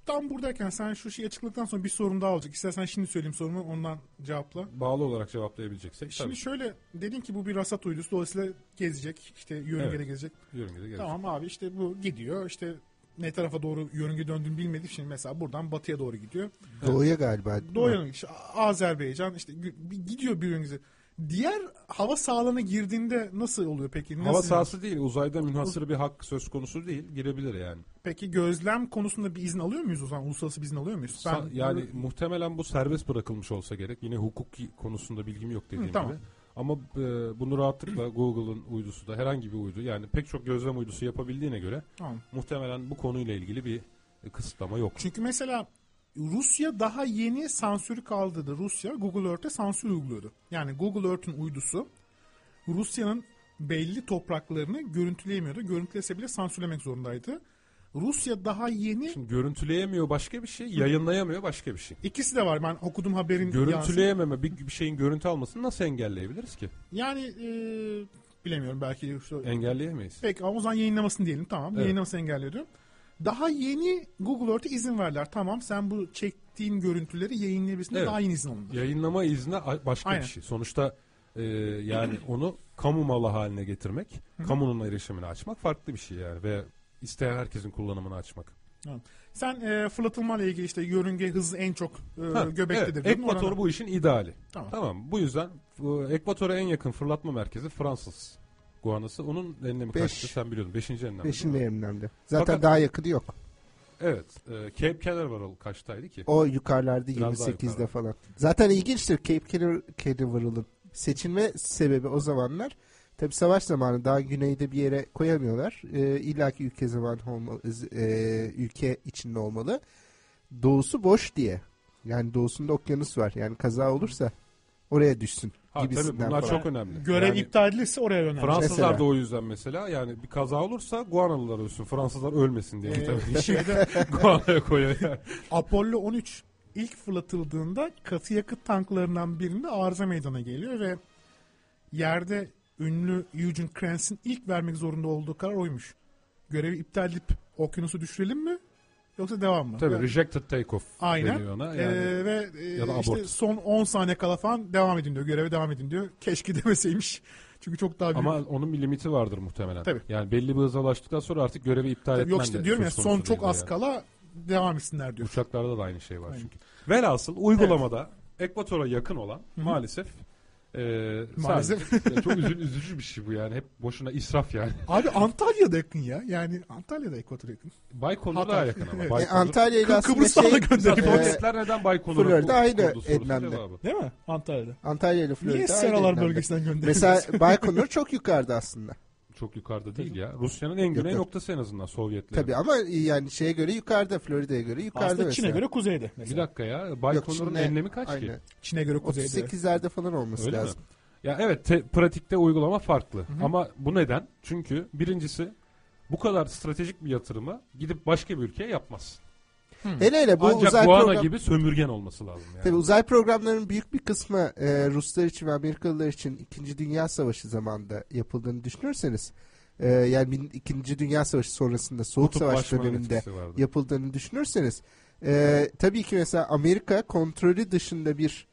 tam buradayken sen şu şeyi açıkladıktan sonra bir sorum daha olacak. İstersen şimdi söyleyeyim sorumu, ondan cevapla. Bağlı olarak cevaplayabileceksek. Şimdi Tabii. şöyle dedin ki bu bir rasat uydusu, dolayısıyla gezecek, işte yörüngede Evet. gezecek. Yörüngede gelecek. Tamam abi, işte bu gidiyor, işte ne tarafa doğru yörünge döndüğünü bilmediği için mesela buradan batıya doğru gidiyor. Doğuya galiba. değil mi? Doğuya işte Azerbaycan işte bir gidiyor bir yörüngesi. Diğer hava sahalarına girdiğinde nasıl oluyor peki? Nasıl Hava sahası değil, uzayda münhasır bir hak söz konusu değil, girebilir yani. Peki gözlem konusunda bir izin alıyor muyuz o zaman? Uluslararası bir izin alıyor muyuz? Sa- yani muhtemelen bu serbest bırakılmış olsa gerek. Yine hukuki konusunda bilgim yok dediğim Hı, tamam. gibi. Ama e, bunu rahatlıkla Google'ın uydusu da, herhangi bir uydu, yani pek çok gözlem uydusu yapabildiğine göre Tamam. muhtemelen bu konuyla ilgili bir e, kısıtlama yok. Çünkü mesela Rusya daha yeni sansürü kaldırdı. Rusya Google Earth'e sansür uyguluyordu. Yani Google Earth'ün uydusu Rusya'nın belli topraklarını görüntüleyemiyordu. Görüntülese bile sansürlemek zorundaydı. Rusya daha yeni... Şimdi görüntüleyemiyor başka bir şey, yayınlayamıyor başka bir şey. İkisi de var. Ben okudum haberin. Görüntüleyememe, bir, bir şeyin görüntü almasını nasıl engelleyebiliriz ki? Yani e, bilemiyorum, belki. Şu... Engelleyemeyiz. Peki o zaman yayınlamasını diyelim, tamam. Evet. Yayınlamasını engelliyordu. Daha yeni Google Earth'e izin verdiler. Tamam, sen bu çektiğin görüntüleri yayınlayabilirsin. Evet. Daha yeni izin alındı. Yayınlama izni başka Aynen. bir şey. Sonuçta e, yani onu kamu malı haline getirmek, kamunun erişimini açmak farklı bir şey yani ve isteyen herkesin kullanımını açmak. Evet. Sen e, fırlatılmayla ilgili işte yörünge hızı en çok e, Ha, göbektedir. evet, diyordun. Ekvator Orada- bu işin ideali. Tamam. Tamam. Bu yüzden bu, Ekvator'a en yakın fırlatma merkezi Fransız Guana'sı. Onun enlemi Beş. kaçtı sen biliyordun. Beşinci enlemi. Beşinci emlemde. Zaten Fakat- daha yakını yok. Evet. E, Cape Canaveral kaçtaydı ki? O yukarılarda Biraz daha yirmi sekizde yukarıda. falan. Zaten ilginçtir Cape Canaver- Canaveral'ın seçilme sebebi o zamanlar. Tabi savaş zamanı daha güneyde bir yere koyamıyorlar. Ee, İlla ki ülke zamanı olmalı, e, ülke içinde olmalı. Doğusu boş diye. Yani doğusunda okyanus var. Yani kaza olursa oraya düşsün. Ha, tabii gibisinden bunlar falan. çok önemli. Görev Yani iptal edilirse oraya yönelmiş. Fransızlar Mesela. da o yüzden mesela yani bir kaza olursa Guanalılar ölsün. Fransızlar ölmesin diye. Ee, tabii. şeyde Guana'ya koyuyor yani. Apollo on üç ilk fırlatıldığında katı yakıt tanklarından birinde arıza meydana geliyor ve yerde ünlü Eugene Kranz'in ilk vermek zorunda olduğu karar oymuş. Görevi iptal edip okyanusu düşürelim mi? Yoksa devam mı? Tabii Yani- rejected takeoff Aynen. deniyor ona. Yani, Ee, ve e, ya da işte abort. son on saniye kala falan devam edin diyor. Göreve devam edin diyor. Keşke demeseymiş. Çünkü çok daha büyük. ama onun bir limiti vardır muhtemelen. Tabii. Yani belli bir hıza ulaştıktan sonra artık görevi iptal Tabii etmen yok işte de diyorum ya, söz son konusu çok değil az yani. kala devam etsinler diyor. Uçaklarda da aynı şey var Aynen. çünkü. Velhasıl uygulamada Ekvator'a yakın olan maalesef e, Maalesef. sadece- ya çok üzü- üzücü bir şey bu yani. Hep boşuna israf yani. Abi Antalya'da yakın ya. Yani Antalya'da Ekvator yakın. Baykonur Hatay. daha yakın ama. Evet. E, Baykonur. Antalya ile Kı- aslında Kıbrıs'tan da şey, gönderip e, Sovyetler neden Baykonur'u Florida aynı kurdu sorusunun etmende. cevabı. Değil mi? Antalya'da. Antalya ile Florida Niye aynı Seralar etmende. bölgesinden gönderiyoruz? Mesela Baykonur çok yukarıda aslında. Çok yukarıda değil ya. Rusya'nın en güney yok. noktası en azından Sovyetler. Tabii ama yani şeye göre yukarıda, Florida'ya göre yukarıda Aslında mesela. Çin'e göre kuzeyde. Bir Mesela. dakika ya. Yok, Baykonur'un Çin'le enlemi kaç ki? aynı. Çin'e göre kuzeyde. otuz sekizlerde falan olması Öyle mi? lazım. Ya evet te- pratikte uygulama farklı. Ama bu neden? Çünkü birincisi bu kadar stratejik bir yatırımı gidip başka bir ülkeye yapmaz. Hele hele bu Ancak uzay Guana program... gibi sömürgen olması lazım yani. Tabii uzay programlarının büyük bir kısmı e, Ruslar için ve Amerikalılar için İkinci Dünya Savaşı zamanında yapıldığını düşünürseniz, e, yani bin- İkinci Dünya Savaşı sonrasında Soğuk Savaş Kutuplaşma döneminde etkisi vardı. yapıldığını düşünürseniz, e, tabii ki mesela Amerika kontrolü dışında bir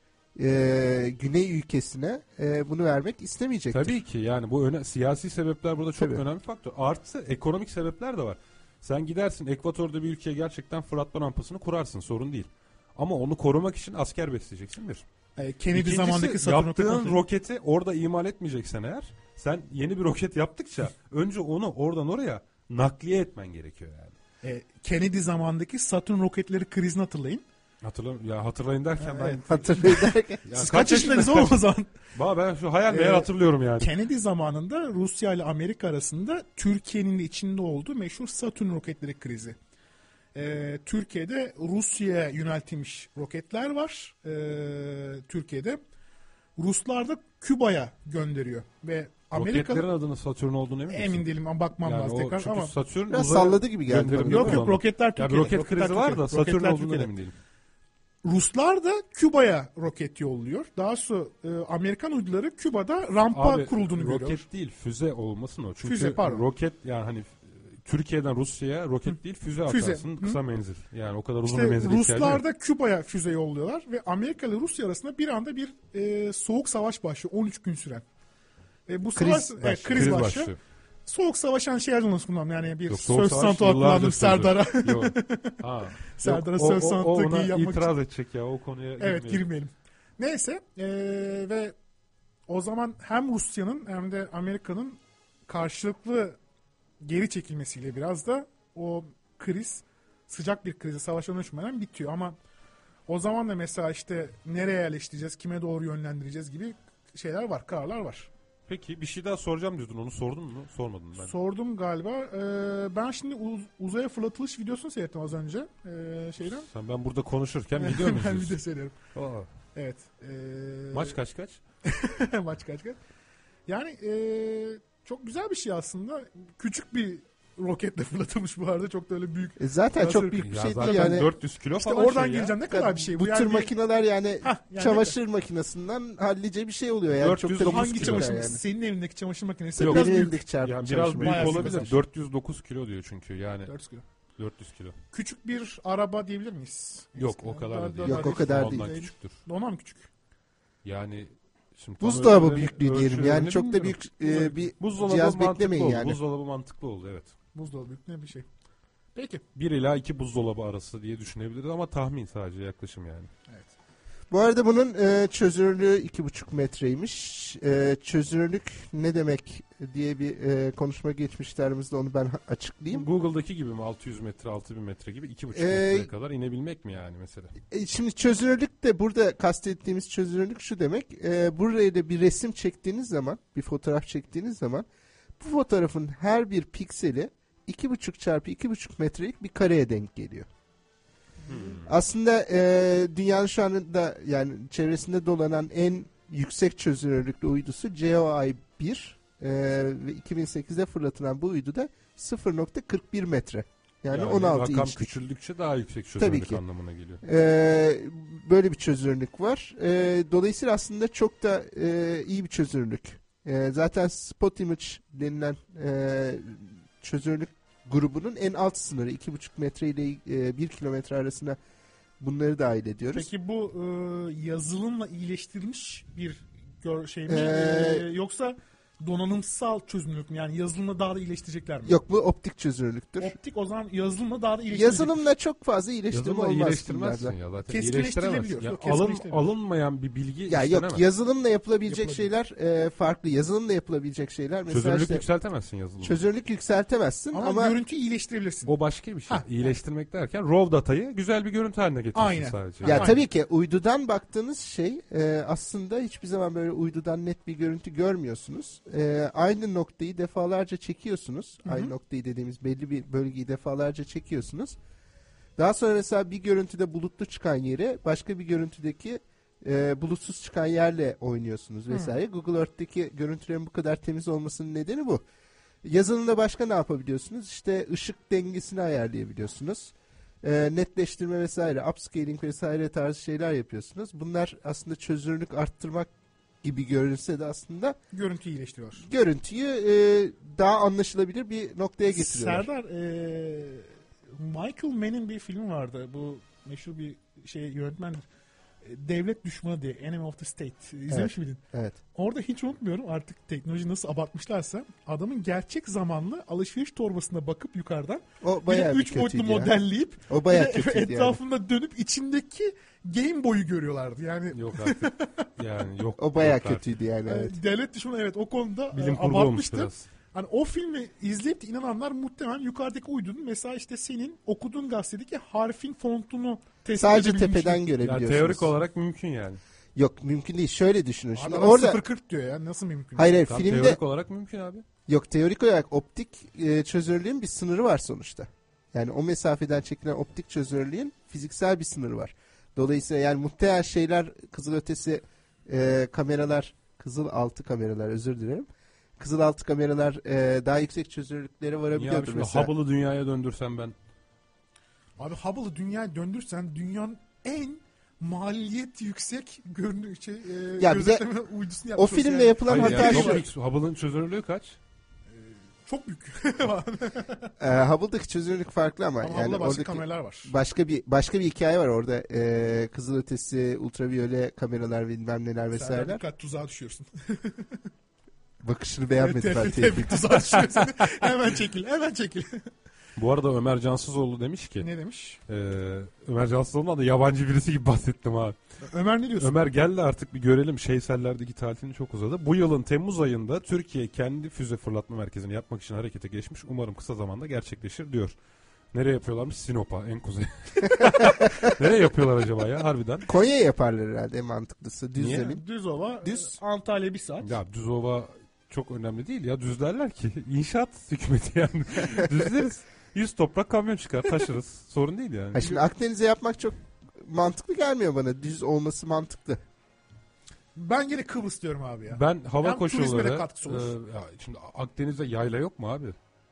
e, güney ülkesine e, bunu vermek istemeyecektir. Tabii ki yani bu öne, siyasi sebepler burada çok Tabii. önemli faktör. Artı ekonomik sebepler de var. Sen gidersin Ekvator'da bir ülkeye gerçekten fırlatma rampasını kurarsın, sorun değil. Ama onu korumak için asker besleyeceksin bir. E, Kennedy İkincisi, zamandaki Saturn yaptığın roket- roketi orada imal etmeyeceksen eğer, sen yeni bir roket yaptıkça önce onu oradan oraya nakliye etmen gerekiyor yani. E, Kennedy zamandaki Saturn roketleri krizini hatırlayın. Hatırla, ya hatırlayın derken ben... Hatırlayın derken. Ya Siz kaç yaşındaydınız yaşındayım? oğlum o zaman? Ba ben şu hayal meyal Ee, hatırlıyorum yani. Kennedy zamanında Rusya ile Amerika arasında Türkiye'nin de içinde olduğu meşhur Saturn roketleri krizi. Ee, Türkiye'de Rusya'ya yöneltilmiş roketler var. Ee, Türkiye'de. Ruslar da Küba'ya gönderiyor. Ve Roketlerin Amerika adının Satürn olduğunu emin misin? emin değilim ama bakmam Yani lazım o, tekrar çünkü ama. Satürn Biraz uzaya salladı gibi geldi gönderimde bana. Yok yok kullanıldı. roketler Ya Türkiye'de. bir roket Roketler krizi var da Türkiye'de. Satürn Roketler olduğundan Türkiye'de. emin değilim. Ruslar da Küba'ya roket yolluyor. Daha sonra e, Amerikan uyduları Küba'da rampa Abi kurulduğunu roket görüyor. değil füze olmasın o. Çünkü Füze, pardon. roket yani hani Türkiye'den Rusya'ya roket değil füze Füze. atarsın Hı. kısa menzil. Yani o kadar uzun İşte bir menzile ihtiyacı yok. Ruslar da Küba'ya füze yolluyorlar ve Amerika ile Rusya arasında bir anda bir e, soğuk savaş başlıyor. on üç gün süren. E, bu Kriz savaş, başlıyor. e, kriz, Kriz başlıyor. başlıyor. Soğuk savaşan şeyler nasıl kullandım yani bir Yok, soğuk söz savaş sanatı yıllardır kullandım sürdü. Serdar'a. Yok. Ha. Serdar'a Yok, o- söz o- sanatı o ona giy yapmak itiraz için. edecek ya o konuya Evet girmeyelim. girmeyelim. Neyse e, ve o zaman hem Rusya'nın hem de Amerika'nın karşılıklı geri çekilmesiyle biraz da o kriz sıcak bir krize savaşa dönüşmeden bitiyor ama o zaman da mesela işte nereye yerleştireceğiz, kime doğru yönlendireceğiz gibi şeyler var, kararlar var. Peki bir şey daha soracağım diyordun onu sordun mu? Sormadın ben. Sordum galiba. Ee, ben şimdi uz- uzaya fırlatılış videosunu seyrettim az önce. Ee, şeyden. Sen ben burada konuşurken video mu Ben izliyorsun? video seyrediyorum. Aa. Evet. Ee, Maç kaç kaç? Maç kaç kaç. Yani ee, çok güzel bir şey aslında. Küçük bir roketle fırlatılmış bu arada. Çok da öyle büyük. E zaten Nasıl- çok büyük bir Ya şey zaten değil yani. dört yüz kilo İşte falan oradan şey ya. gireceğim. Ne kadar bir şey bu. Bu yani tür bir- makineler yani Hah, yani çamaşır makinesinden hallice bir şey oluyor yani. dört Çok yüz da dokuz büyük hangi bir kilo çamaşır yani. makinesi? Senin evindeki çamaşır makinesi Yok. biraz Benim büyük. elimdeki çarpı Yani çamaşır biraz büyük Bayağı makinesi. olabilir. büyük. dört yüz dokuz kilo diyor çünkü yani dört yüz kilo. dört yüz kilo. Küçük bir araba diyebilir miyiz? Yok Eskiden. o kadar Daha- da değil. daha- Yok, o kadar Ondan değil. küçüktür. Ondan mı küçük? Yani şimdi tam Buzdolabı ölçülerini- büyüklüğü diyelim. ölçülerini Yani çok da bilmiyorum. büyük e, bir Buzdolabı cihaz mantıklı beklemeyin oldu. yani. Buzdolabı mantıklı oldu evet. Buzdolabı büyüklüğünde bir şey. Peki. bir ila iki buzdolabı arası diye düşünebiliriz ama tahmin sadece yaklaşım yani. Evet. Bu arada bunun e, çözünürlüğü iki buçuk metreymiş. E, çözünürlük ne demek diye bir e, konuşma geçmişti aramızda, onu ben ha- açıklayayım. Google'daki gibi mi altı yüz metre altı bin metre gibi iki buçuk Ee, metreye kadar inebilmek mi yani mesela? E, şimdi çözünürlük de burada kastettiğimiz çözünürlük şu demek. E, buraya da bir resim çektiğiniz zaman, bir fotoğraf çektiğiniz zaman bu fotoğrafın her bir pikseli iki buçuk çarpı iki buçuk metrelik bir kareye denk geliyor. Hmm. Aslında e, dünyanın şu anda yani çevresinde dolanan en yüksek çözünürlüklü uydusu C O I bir e, ve iki bin sekizde fırlatılan bu uydu da sıfır nokta kırk bir metre. Yani, on altı rakam inçlik. küçüldükçe daha yüksek Tabii çözünürlük ki. anlamına geliyor. E, böyle bir çözünürlük var. E, dolayısıyla aslında çok da e, iyi bir çözünürlük. E, zaten spot image denilen e, çözünürlük grubunun en alt sınırı iki buçuk metre ile e, bir kilometre arasına bunları dahil ediyoruz. Peki bu e, yazılımla iyileştirilmiş bir gör, şey mi? Ee, E, yoksa donanımsal çözünürlük mü? Yani yazılımla daha da iyileştirecekler mi? Yok, bu optik çözünürlüktür. Optik o zaman yazılımla daha da iyileştirecekler. Yazılımla çok fazla iyileştirme Yazılımla olmaz. iyileştirmezsin filmlerde. ya zaten. Keskinleştirilebiliyor. İyileştiremezsin. Ya Yok, alın, keskinleştirebiliyor. alınmayan bir bilgi Ya işlenemez. yok, yazılımla yapılabilecek Yapılabiliyor. şeyler e, farklı. Yazılımla yapılabilecek şeyler mesela Çözünürlük işte yükseltemezsin yazılımda. çözünürlük yükseltemezsin Ama, ama, görüntüyü iyileştirebilirsin. O başka bir şey. Ha, İyileştirmek derken raw datayı güzel bir görüntü haline getirirsin Aynen. sadece. ya Aynen. tabii ki uydudan baktığınız şey e, aslında hiçbir zaman böyle uydudan net bir görüntü görmüyorsunuz. E, aynı noktayı defalarca çekiyorsunuz. Hı hı. Aynı noktayı dediğimiz belli bir bölgeyi defalarca çekiyorsunuz. Daha sonra mesela bir görüntüde bulutlu çıkan yere başka bir görüntüdeki e, bulutsuz çıkan yerle oynuyorsunuz vesaire. Google Earth'teki görüntülerin bu kadar temiz olmasının nedeni bu. Yazılımda başka ne yapabiliyorsunuz? İşte ışık dengesini ayarlayabiliyorsunuz. E, netleştirme vesaire, upscaling vesaire tarzı şeyler yapıyorsunuz. Bunlar aslında çözünürlük arttırmak gibi görünse de aslında Görüntüyü iyileştiriyor. görüntüyü e, daha anlaşılabilir bir noktaya getiriyorlar. Serdar, e, Michael Mann'in bir filmi vardı. Bu meşhur bir şey yönetmendir. E, Devlet Düşmanı diye, Enemy of the State. İzlemiş Evet. miydin? Evet. Orada hiç unutmuyorum, artık teknoloji nasıl abartmışlarsa adamın gerçek zamanlı alışveriş torbasına bakıp yukarıdan O bir de bayağı bir üç boyutlu kötüydü ya. modelleyip O bayağı bir de kötüydü yani. etrafında dönüp içindeki Game Boy'u görüyorlardı. Yani Yok artık. Yani yok. O bayağı yok artık. kötüydü yani. e, Evet. devlet düşmanı evet o konuda Bilim e, kurgu olmuş abartmıştı. biraz. Hani o filmi izleyip de inananlar muhtemelen yukarıdaki uydunun mesela işte senin okuduğun gazetedeki harfin fontunu tespit Sadece edebilmişler. tepeden Ya görebiliyorsunuz. teorik olarak mümkün yani. Yok, mümkün değil. Şöyle düşünün. Şimdi Adam orada sıfır kırk diyor ya, nasıl mümkün? hayır hayır Tam filmde teorik olarak mümkün abi. yok, teorik olarak optik e, çözünürlüğün bir sınırı var sonuçta. Yani o mesafeden çekilen optik çözünürlüğün fiziksel bir sınırı var. Dolayısıyla yani muhtemelen şeyler kızılötesi e, kameralar, kızıl altı kameralar özür dilerim. Kızıl altı kameralar e, daha yüksek çözünürlüklere Niye abi varabiliyordur şimdi mesela. Hubble'ı dünyaya döndürsem ben. Abi Hubble'ı dünyaya döndürsen dünyanın en maliyet yüksek görünü şey, e, Ya bir de gözetleme uydusunu O yapmış olsa filmde yani. yapılan Hayır hata ya, şu. çok yüksek. Hubble'ın çözünürlüğü kaç? Çok büyük. Ee, Hubble'daki çözünürlük farklı ama, Ama yani yani başka oradaki kameralar var. başka bir başka bir hikaye var orada. Ee, kızılötesi, ultraviyole kameralar, bilmem neler Serdar vesaireler. dikkat, tuzağa düşüyorsun. Bakışını beğenmedi Evet, ben. tebrik, tebrik, tuzağa düşüyorsun. Hemen çekil, hemen çekil. Bu arada Ömer Cansızoğlu demiş ki Ne demiş? e, Ömer Cansızoğlu'ndan da yabancı birisi gibi bahsettim abi. Ömer ne diyorsun? Ömer gel de artık bir görelim, Şeysellerdeki tatilini çok uzadı. Bu yılın Temmuz ayında Türkiye kendi füze fırlatma merkezini yapmak için harekete geçmiş. Umarım kısa zamanda gerçekleşir diyor. Nereye yapıyorlarmış? Sinop'a, en kuzey. Nereye yapıyorlar acaba ya harbiden? Konya'ya yaparlar herhalde en mantıklısı. Düz Niye? zemin. Düzova, Düz. Antalya bir saat. Ya Düzova çok önemli değil ya. Düz derler ki inşaat hükümeti yani. Düzleriz. Yüz toprak kamyon çıkar, taşırız. Sorun değil yani. Ha şimdi Akdeniz'e yapmak çok mantıklı gelmiyor bana. Düz olması mantıklı. Ben yine Kıbrıs diyorum abi ya. Ben hava Hem turizme de koşulları katkısı e, olur. ya şimdi Akdeniz'de yayla yok mu abi?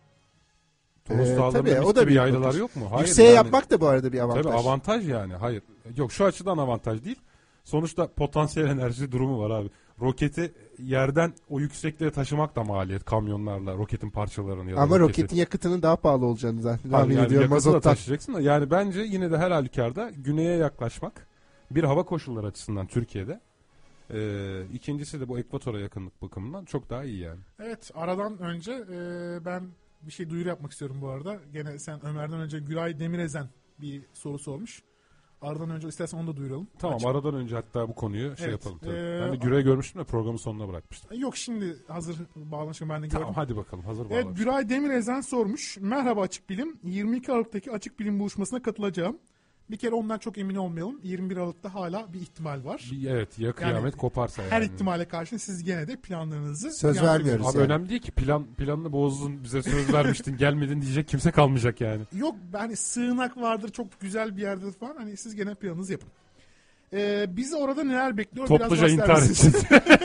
Ee, Toros tabii, Dağları'nda o mis da gibi bir yaylalar bakış. yok mu? Hayır. Yükseğe yani- yapmak da bu arada bir avantaj. Tabii avantaj yani. Hayır. Yok şu açıdan avantaj değil. Sonuçta potansiyel enerji durumu var abi. Roketi yerden o yüksekliğe taşımak da maliyet kamyonlarla, roketin parçalarını ya da Ama roketi. roketin yakıtının daha pahalı olacağını zaten Hayır, tahmin yani ediyorum yakıtı da mazottan. taşıyacaksın da yani bence yine de her halükarda güneye yaklaşmak bir hava koşulları açısından Türkiye'de. Ee, ikincisi de bu ekvatora yakınlık bakımından çok daha iyi yani. Evet, aradan önce e, ben bir şey duyuru yapmak istiyorum bu arada. Gene sen Ömer'den önce Gülay Demirezen bir soru sormuş. Aradan önce istersen onu da duyuralım. Tamam Açık. aradan önce hatta bu konuyu şey Evet, yapalım. Tabii. ee, ben de Güray görmüştüm de programın sonuna bırakmıştım. Yok, şimdi hazır bağlanışım ben de gördüm. Tamam hadi bakalım hazır Evet, bağlamış. Güray Demirezen sormuş. Merhaba Açık Bilim. yirmi iki Aralık'taki Açık Bilim buluşmasına katılacağım. Bir kere ondan çok emin olmayalım. yirmi bir Aralık'ta hala bir ihtimal var. Bir, evet ya kıyamet Yani koparsa yani. Her ihtimale karşın siz gene de planlarınızı... Söz yansıtın. vermiyoruz. Abi yani. önemli değil ki plan planını bozdun bize söz vermiştin gelmedin diyecek kimse kalmayacak yani. Yok, hani sığınak vardır, çok güzel bir yerde falan. Hani siz gene planınızı yapın. Ee, bizi orada neler bekliyor? Topluca Biraz intihar bahseder misiniz? edeceğiz.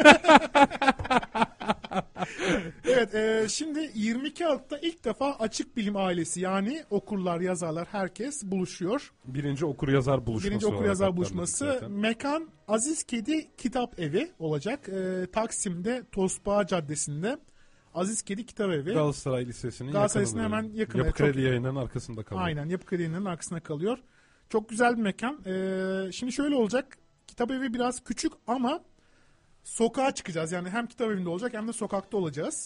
Evet, e, şimdi yirmi iki Aralık'ta ilk defa Açık Bilim ailesi, yani okurlar, yazarlar, herkes buluşuyor. Birinci okur yazar buluşması. Birinci okur olarak yazar adlandırdık buluşması. zaten. Mekan Aziz Kedi Kitap Evi olacak. E, Taksim'de Tosbağa Caddesi'nde Aziz Kedi Kitap Evi. Galatasaray Lisesi'nin Galatasaray yakınında. Lisesi'nin hemen yakında. Yapı Çok- Kredi Yayınları'nın arkasında kalıyor. Aynen, Yapı Kredi Yayınları'nın arkasında kalıyor. Çok güzel bir mekan. E, şimdi şöyle olacak. Kitap evi biraz küçük ama sokağa çıkacağız. Yani hem kitap evinde olacak hem de sokakta olacağız.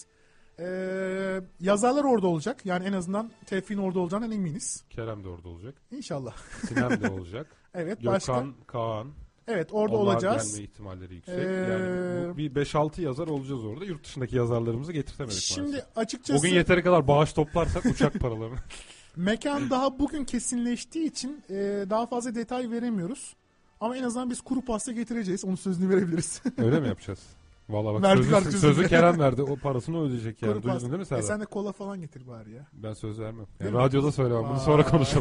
Ee, yazarlar orada olacak. Yani en azından Tevfik'in orada olacağından eminiz. Kerem de orada olacak. İnşallah. Sinem de olacak. Evet, başka. Gökhan, Kaan. Evet, orada Onlar olacağız. gelme ihtimalleri yüksek. Ee, Yani bu bir beş altı yazar olacağız orada. Yurt dışındaki yazarlarımızı getirtemedik Şimdi maalesef. açıkçası Bugün yeteri kadar bağış toplarsak uçak paralarını. mekan daha bugün kesinleştiği için e, daha fazla detay veremiyoruz. Ama en azından biz kuru pasta getireceğiz. Onun sözünü verebiliriz. Öyle mi yapacağız? Vallahi bak Verdik sözü, artık sözü sözünü. Kerem verdi. O parasını ödeyecek yani. Kuru Duydun pasta. değil mi E Serdar? sen de kola falan getir bari ya. Ben söz vermem. Değil Yani mi? radyoda söylemem. Bunu sonra Aa. konuşalım.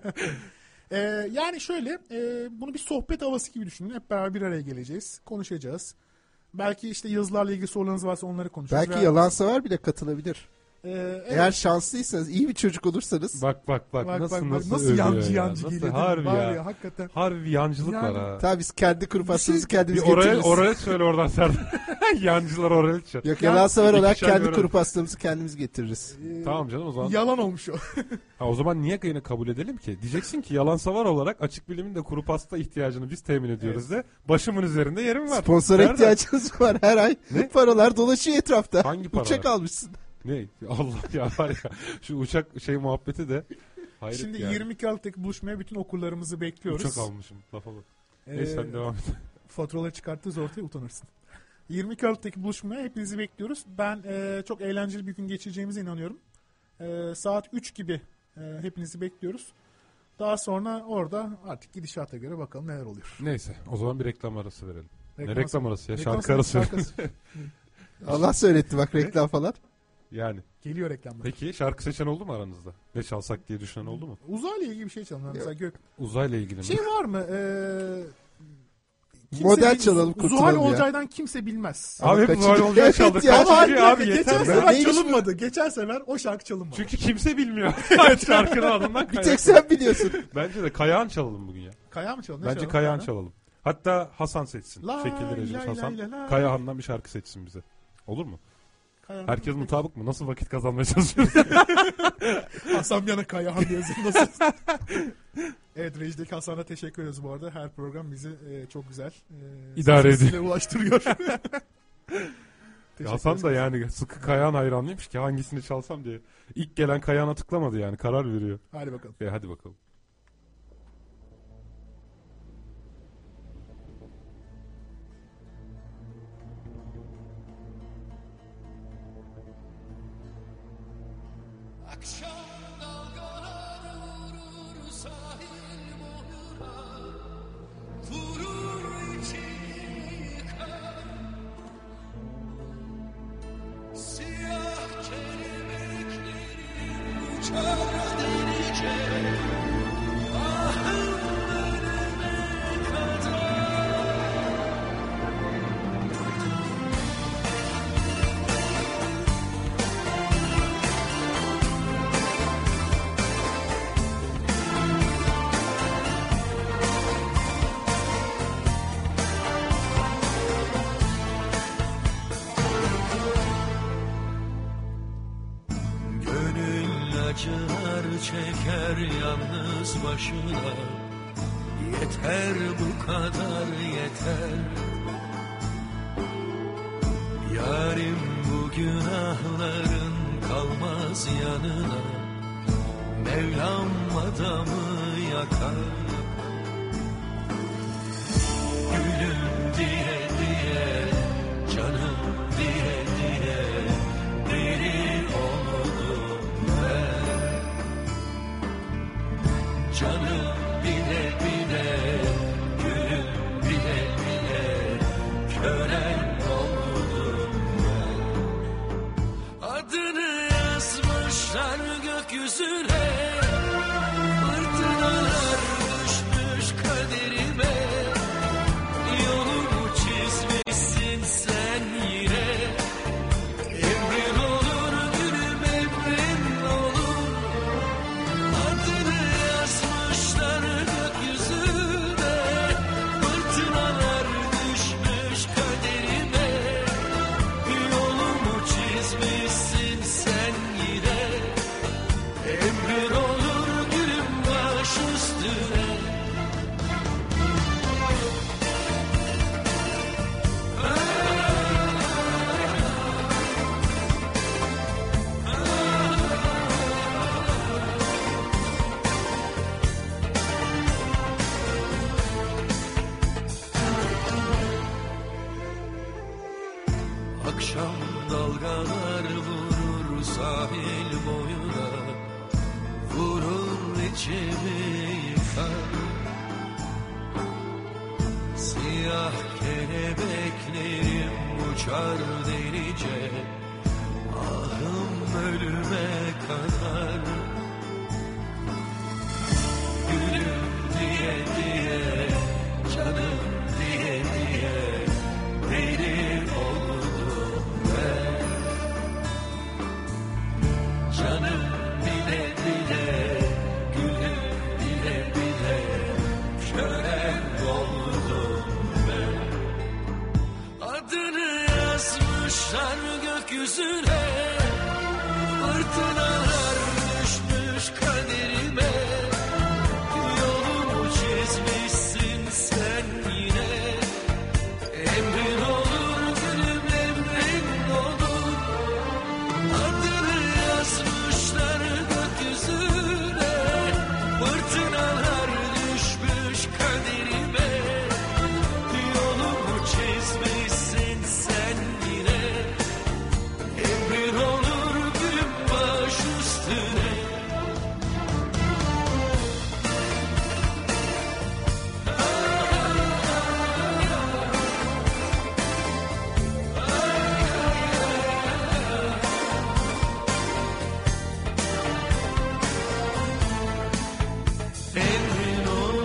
Ee, yani şöyle, e, bunu bir sohbet havası gibi düşünün. Hep beraber bir araya geleceğiz, konuşacağız. Belki işte yazılarla ilgili sorularınız varsa onları konuşacağız. Belki Veya- yalansever bile katılabilir. Ee, evet. Eğer şanslıysanız, iyi bir çocuk olursanız. Bak bak bak, Bak, nasıl bak, bak, nasıl, nasıl övüyor yancı ya. yancı Nasıl geliyor. harbi Var ya. ya, hakikaten. Harbi bir yancılık Yani- var ha. Tabii biz kendi kuru pastamızı şey- kendimiz Bir oraya, getiririz. oraya söyle oradan Serdar. Yancılar oraya çağır. Yok, Ya- yalansever olarak İkişer kendi görelim. kuru pastamızı kendimiz getiririz. Ee, Tamam canım o zaman. Yalan olmuş o. Ha, o zaman niye yine kabul edelim ki? Diyeceksin ki yalan savar olarak Açık Bilim'in de kuru pasta ihtiyacını biz temin ediyoruz de başımın üzerinde yerim var. Sponsora Nerede? ihtiyacınız var her ay. Ne? Paralar dolaşıyor etrafta. Hangi paralar? Uçak almışsın. Ne? Allah ya var ya. Şu uçak şey muhabbeti de. Hayret Şimdi yani. yirmi iki Aralık'taki buluşmaya bütün okurlarımızı bekliyoruz. Uçak almışım. Lafa bak. Ee, Neyse sen devam et. Faturaları çıkarttığınız ortaya utanırsın. yirmi iki Aralık'taki buluşmaya hepinizi bekliyoruz. Ben e, çok eğlenceli bir gün geçireceğimize inanıyorum. E, saat üç gibi e, hepinizi bekliyoruz. Daha sonra orada artık gidişata göre bakalım neler oluyor. Neyse o zaman bir reklam arası verelim. Reklam ne reklam arası ya? Reklam Şarkı arası. şarkı arası. Allah söyletti bak, reklam falan. Yani. Geliyor reklamlar. Peki şarkı seçen oldu mu aranızda? Ne çalsak diye düşünen oldu mu? Uzayla ilgili bir şey çalalım. Mesela gök. Uzayla ilgili mi? Şey var mı? Ee, kimse Model bil- çalalım, Zuhal kurtulalım ya. Olcay'dan kimse bilmez. Abi hep Kaçıncı- Zuhal Olcay Evet çaldık. ya. Ama Kaçıncı abi, abi geçen yeter. sefer Neymiş bu? çalınmadı. Geçen sefer o şarkı çalınmadı. Çünkü kimse bilmiyor. Şarkının adından Bir kaynaklı. tek sen biliyorsun. Bence de Kayağan çalalım bugün ya. Kaya mı çalın? Ne Bence çalalım? Kayağan Kaya? çalalım. Hatta Hasan seçsin. Lay, Şekilli Recep lay, Hasan. lay, lay. Kayahan'dan bir şarkı seçsin bize. Olur mu? Kayahan. Herkes mutabık mı? Nasıl vakit kazanmaya çalışıyoruz? Hasan Yana Kayahan diye yazılmasın. Evet, Reji'deki Hasan'a teşekkür ederiz bu arada. Her program bizi e, çok güzel e, İdare sesle ulaştırıyor. Hasan da yani sıkı Kayahan hayranlıymış ki hangisini çalsam diye. İlk gelen Kayahan'a tıklamadı yani, karar veriyor. Hadi bakalım. E, hadi bakalım. Akşam dalgalar vurur sahil boyuna, vurur içini yıkar. Siyah kelebeklerim uçar delice, ahım ölüme kadar. Acılar çeker yalnız başına, yeter bu kadar yeter. Yarim bu günahların kalmaz yanına, Mevlam adamı yakar. Gülüm diye diye, canım diye diye, deli oldum ben. Canım bile bile, gülüm bile bile, kölen oldum ben. Adını yazmışlar gökyüzüne, fırtınalar düşmüş kaderime. Yolumu çizmişsin sen yine, emrin olur gülüm emrin olur. Adını yazmışlar gökyüzüne, fırtınalar düşmüş kaderime. Yolumu çizmişsin sen yine, emrin olur gülüm baş üstüne. Akşam dalgalar vurur sahil boyuna, vurur içimi yıkar. Siyah kelebeklerim uçar delice, ahım ölüme kadar. Gülüm diye diye, canım diye diye, deli oldum ben. Canım bile bile, gülüm bile bile, kölen oldum ben. Adını yazmışlar gökyüzüne, fırtınalar düşmüş kaderime. Yolumu çizmişsin sen yine, emrin olur gülüm emrin olur. Adını yazmışlar gökyüzüne, fırtınalar düşmüş kaderime. Yolumu çizmişsin sen yine, emrin olur gülüm baş üstüne. Emrin olur.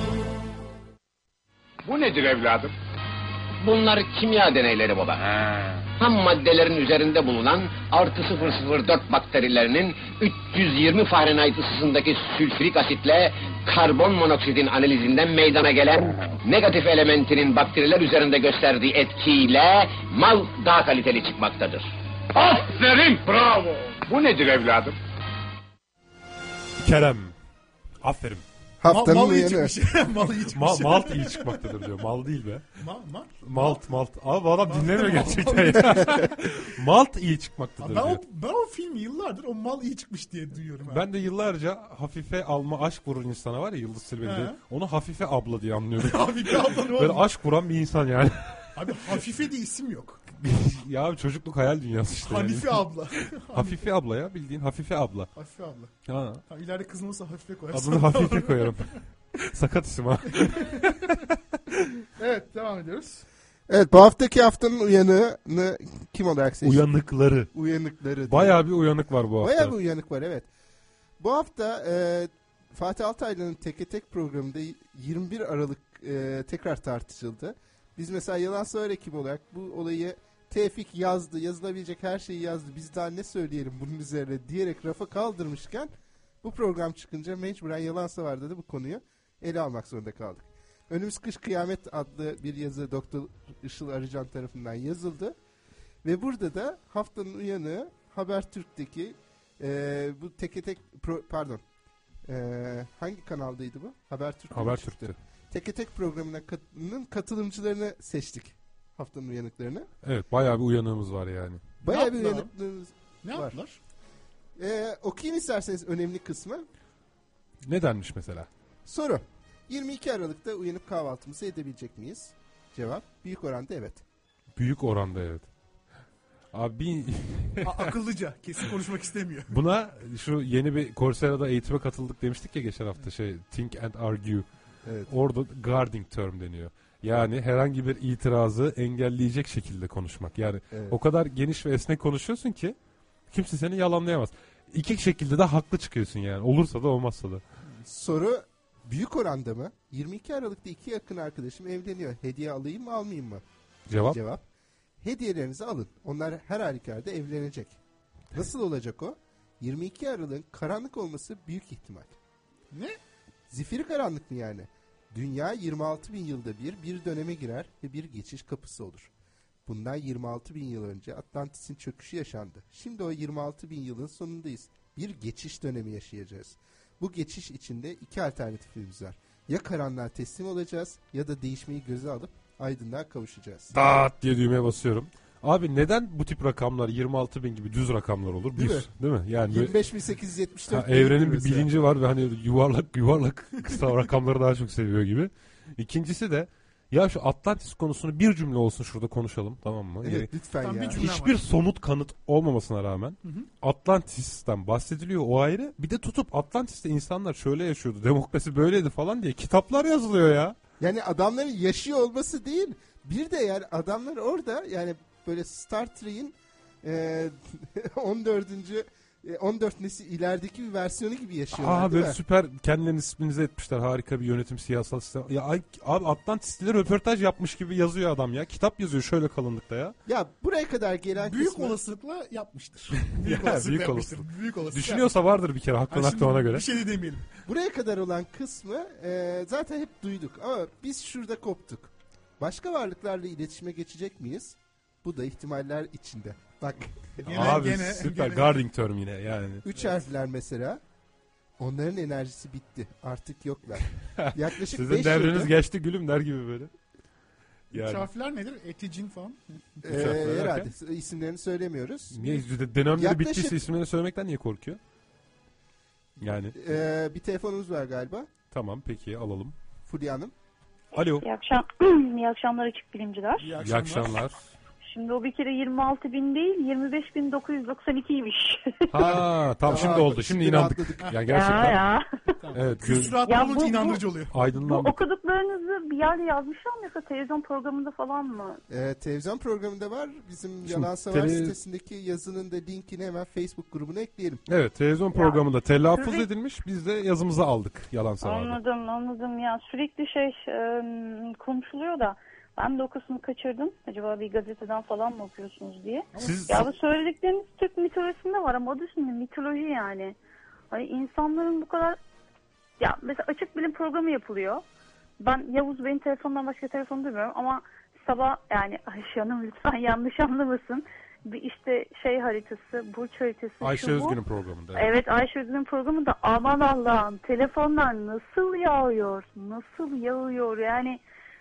Bu nedir evladım? Bunlar kimya deneyleri baba. Ham maddelerin üzerinde bulunan artı sıfır sıfır dört bakterilerinin üç yüz yirmi Fahrenheit ısısındaki sülfürik asitle karbon monoksitin analizinden meydana gelen negatif elementinin bakteriler üzerinde gösterdiği etkiyle mal daha kaliteli çıkmaktadır. Aferin, bravo. Bu nedir evladım? Kerem. Aferin. Haftanın mal iyi uyanı. çıkmış. Mal iyi çıkmış. Ma- malt iyi çıkmaktadır diyor. Mal değil be. Ma- ma- Malt malt. Abi bu adam dinlemiyor gerçekten ya. Malt iyi çıkmaktadır Ben diyor. o, ben o filmi yıllardır o mal iyi çıkmış diye duyuyorum. abi. Ben de yıllarca hafife alma aşk vurur insana var ya Yıldız Silbe'nin He. de. Onu hafife abla diye anlıyorum. Abi bir abla ne Böyle oldu? aşk vuran bir insan yani. Abi Hafife diye isim yok. Ya abi çocukluk hayal dünyası işte. Hanife yani. abla. Hafife abla ya bildiğin Hafife abla. Hafife abla. Ha. Ha, ileride kızım olsa Hafife koyarsın. Adını Hafife koyarım. Sakat isim ha. Evet devam ediyoruz. Evet, bu haftaki haftanın uyanığını kim olarak seçtik? Uyanıkları. Uyanıkları. diye. Bayağı bir uyanık var bu hafta. Bayağı bir uyanık var, evet. Bu hafta e, Fatih Altaylı'nın Teke Tek programında yirmi bir Aralık e, tekrar tartışıldı. Biz mesela Yalan Söyler ekibi olarak bu olayı Tevfik yazdı, yazılabilecek her şeyi yazdı, biz daha ne söyleyelim bunun üzerine diyerek rafa kaldırmışken bu program çıkınca mecburen Yalan Söyler'de de bu konuyu ele almak zorunda kaldık. Önümüz Kış Kıyamet adlı bir yazı Doktor Işıl Arıcan tarafından yazıldı. Ve burada da haftanın uyanığı Habertürk'teki e, bu Teke Tek pro, pardon e, hangi kanaldaydı bu? Habertürk'te. Habertürk'te. Teke Tek programının kat- katılımcılarını seçtik. Haftanın uyanıklarını. Evet bayağı bir uyanığımız var yani. Bayağı Ne bir yaptılar? uyanıklığımız Ne var. yaptılar? E, okuyayım isterseniz önemli kısmı. Ne denmiş mesela? Soru. yirmi iki Aralık'ta uyanıp kahvaltımızı edebilecek miyiz? Cevap. Büyük oranda evet. Büyük oranda evet. Abi A- akıllıca. Kesin konuşmak istemiyor. buna şu yeni bir Coursera'da eğitime katıldık demiştik ya geçen hafta şey Think and Argue. Evet. Orada guarding term deniyor. Yani herhangi bir itirazı engelleyecek şekilde konuşmak. Yani Evet. o kadar geniş ve esnek konuşuyorsun ki kimse seni yalanlayamaz. İki şekilde de haklı çıkıyorsun yani. Olursa da olmazsa da. Soru büyük oranda mı? yirmi iki Aralık'ta iki yakın arkadaşım evleniyor. Hediye alayım mı almayayım mı? Cevap? Cevap. Hediyelerinizi alın. Onlar her halükarda evlenecek. Nasıl olacak o? yirmi iki Aralık'ın karanlık olması büyük ihtimal. Ne? Zifiri karanlık mı yani? Dünya yirmi altı bin yılda bir bir döneme girer ve bir geçiş kapısı olur. Bundan yirmi altı bin yıl önce Atlantis'in çöküşü yaşandı. Şimdi o yirmi altı bin yılın sonundayız. Bir geçiş dönemi yaşayacağız. Bu geçiş içinde iki alternatifimiz var. Ya karanlığa teslim olacağız ya da değişmeyi göze alıp aydınlığa kavuşacağız. Dağıt diye düğmeye basıyorum. Abi neden bu tip rakamlar yirmi altı bin gibi düz rakamlar olur? Değil bir, mi? değil mi? Yani böyle- yirmi beş bin sekiz yüz yetmiş dört ha, evrenin bir mesela. bilinci var ve hani yuvarlak yuvarlak kısa rakamları daha çok seviyor gibi. İkincisi de ya şu Atlantis konusunu bir cümle olsun şurada konuşalım, tamam mı? Yani Evet, lütfen Tam ya. bir cümle- hiçbir var. somut kanıt olmamasına rağmen Atlantis'ten bahsediliyor, o ayrı. Bir de tutup Atlantis'te insanlar şöyle yaşıyordu, demokrasi böyleydi falan diye kitaplar yazılıyor ya. Yani adamların yaşıyor olması değil. Bir de yani adamlar orada yani böyle Star Trek'in e, on dördüncü e, on dört nesil ilerideki bir versiyonu gibi yaşıyorlar, Aa değil böyle mi? süper kendilerini disiplinize etmişler. Harika bir yönetim, siyasal sistem. Ya ay- abi Atlantis'te röportaj yapmış gibi yazıyor adam ya. Kitap yazıyor şöyle kalınlıkta ya. Ya buraya kadar gelen Büyük kısmı... olasılıkla yapmıştır. Ya, Büyük olasılıkla büyük yapmıştır. olasılık. Büyük olasılıkla. Düşünüyorsa vardır bir kere hakkın Ha, aklı şimdi ona göre. Bir şey de demeyelim. Buraya kadar olan kısmı e, zaten hep duyduk ama biz şurada koptuk. Başka varlıklarla iletişime geçecek miyiz? Bu da ihtimaller içinde. Bak Gene, Abi gene, süper gene- guarding term yine yani. üç harfler mesela. Onların enerjisi bitti. Artık yoklar. Yaklaşık Sizin beş devriniz yılda, geçti gülüm der gibi böyle. Üç Yani. harfler nedir? Eticin falan. e, Üç harfler herhalde isimlerini söylemiyoruz. Niye de- dönemleri Yaklaşık- bittiyse isimlerini söylemekten niye korkuyor? Yani E, bir telefonumuz var galiba. tamam peki alalım. Fulya Hanım. Alo. İyi, akşam, iyi akşamlar açık bilimciler. İyi İyi akşamlar. akşamlar. Şimdi o bir kere yirmi altı bin değil yirmi beş bin dokuz yüz doksan ikiymiş. Ha tamam şimdi Tamam, oldu. Şimdi şimdi inandık. rahatladık. Yani ya gerçekten ya. evet göz, Küsuratlı Ya olunca bu- bu- inandırıcı oluyor. Bu aydınlandık. okuduklarınızı bir yerde yazmışlar mı yoksa televizyon programında falan mı? E, televizyon programında var. Bizim Şimdi Yalan Savar tele- sitesindeki yazının da linkini hemen Facebook grubuna ekleyelim. Evet televizyon programında telaffuz sürekli- edilmiş. Biz de yazımızı aldık yalan savarda. Anladım anladım ya sürekli şey e, konuşuluyor da ben de o kısmı kaçırdım. Acaba bir gazeteden falan mı okuyorsunuz diye. Siz Ya bu söyledikleriniz Türk mitolojisinde var ama adı şimdi mitoloji yani. Hani insanların bu kadar ya mesela açık bilim programı yapılıyor. Ben Yavuz Bey'in telefonundan başka telefonu duymuyorum ama sabah yani Ayşe Hanım lütfen yanlış anlamasın. bir işte şey haritası, burç haritası. Ayşe şu bu. Özgün'ün programında. Evet, Ayşe Özgün'ün programında aman Allah'ım telefonlar nasıl yağıyor, nasıl yağıyor yani.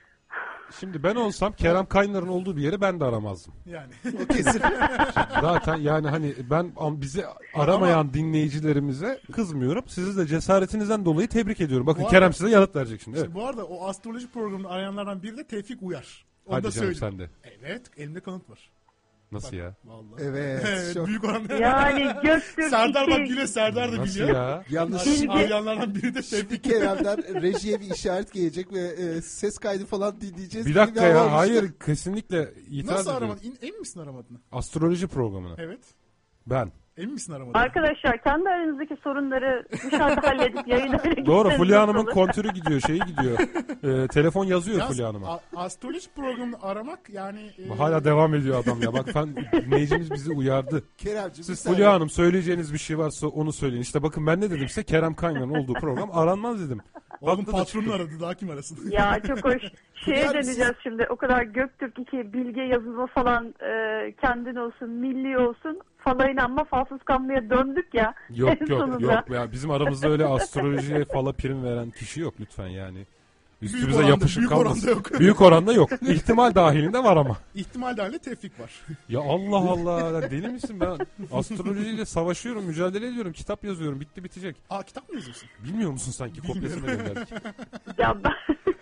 Şimdi ben olsam Kerem Kaynar'ın olduğu bir yeri ben de aramazdım. Yani. O kesin. Zaten yani hani ben bizi aramayan dinleyicilerimize kızmıyorum. Sizi de cesaretinizden dolayı tebrik ediyorum. Bakın Bu Kerem arada- size yanıt verecek şimdi. Evet. İşte bu arada o astroloji programını arayanlardan biri de Tevfik Uyar. Onu Hadi da canım söyleyeyim. sen de. Evet, elimde kanıt var. Nasıl Bak, ya? Vallahi. Evet. çok- Büyük oranda. Yani Göktürk Serdar bak iki- yine Serdar da Nasıl biliyor. ya? Yalnız Bilgi- şimdi, Arayanlardan biri de şimdi Tevfik. Kerem'den rejiye bir işaret gelecek ve e, ses kaydı falan dinleyeceğiz. Bir dakika Gibi ya. olmuştu. Hayır kesinlikle itiraz Nasıl ediyorum. aramadın? İn- Emin misin aramadığını? Astroloji programını. Evet. Ben. Emin misin aramadığını? Arkadaşlar kendi aranızdaki sorunları dışarıda halledip yayına öyle Doğru gitseniz Fulya nasıl Hanım'ın olur? kontürü gidiyor, şeyi gidiyor. Ee, telefon yazıyor Yalnız Fulya Hanım'a. a- astroloji programını aramak yani... e, Hala devam ediyor adam ya. Bak ben dinleyicimiz bizi uyardı. Kerem'cim bir Siz saniye. Fulya Hanım söyleyeceğiniz bir şey varsa onu söyleyin. İşte bakın ben ne dedim size? Kerem Kaynar'ın olduğu program aranmaz dedim. Oğlum Haklı da patronunu çıktı. aradı, daha kim arasın? Ya çok hoş. Şeye Fulya Hanım, döneceğiz şimdi. O kadar Göktürk iki bilge yazılma falan e, kendin olsun, milli olsun. Fala inanma, falsız kanlıya döndük ya. Yok en yok sonunda. yok ya bizim aramızda öyle astrolojiye fala prim veren kişi yok lütfen yani. Üstümüze oranda- yapışık büyük kalmasın. oranda yok. Büyük oranda yok. İhtimal dahilinde var ama. İhtimal dahilinde Tevfik var. Ya Allah Allah ya deli misin ben? Astrolojiyle savaşıyorum, mücadele ediyorum, kitap yazıyorum, bitti bitecek. Aa, kitap mı yazıyorsun? Bilmiyor musun sanki kopyasını gönderdik. Ya ben,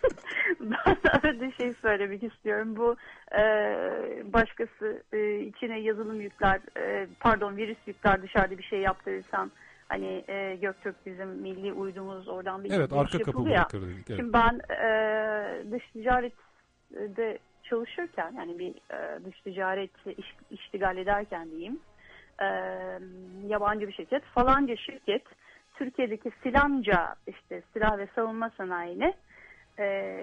ben arada şey söylemek istiyorum. Bu e, başkası e, içine yazılım yükler, e, pardon virüs yükler, dışarıda bir şey yaptırırsan hani e, Göktürk bizim milli uydumuz, oradan bir Evet giriş arka kapı yapıldı ya. bırakır dedik. Evet. Şimdi ben e, dış ticarette çalışırken yani bir e, dış ticaret iş, iştigal ederken diyeyim e, yabancı bir şirket falanca şirket Türkiye'deki filanca işte silah ve savunma sanayini e,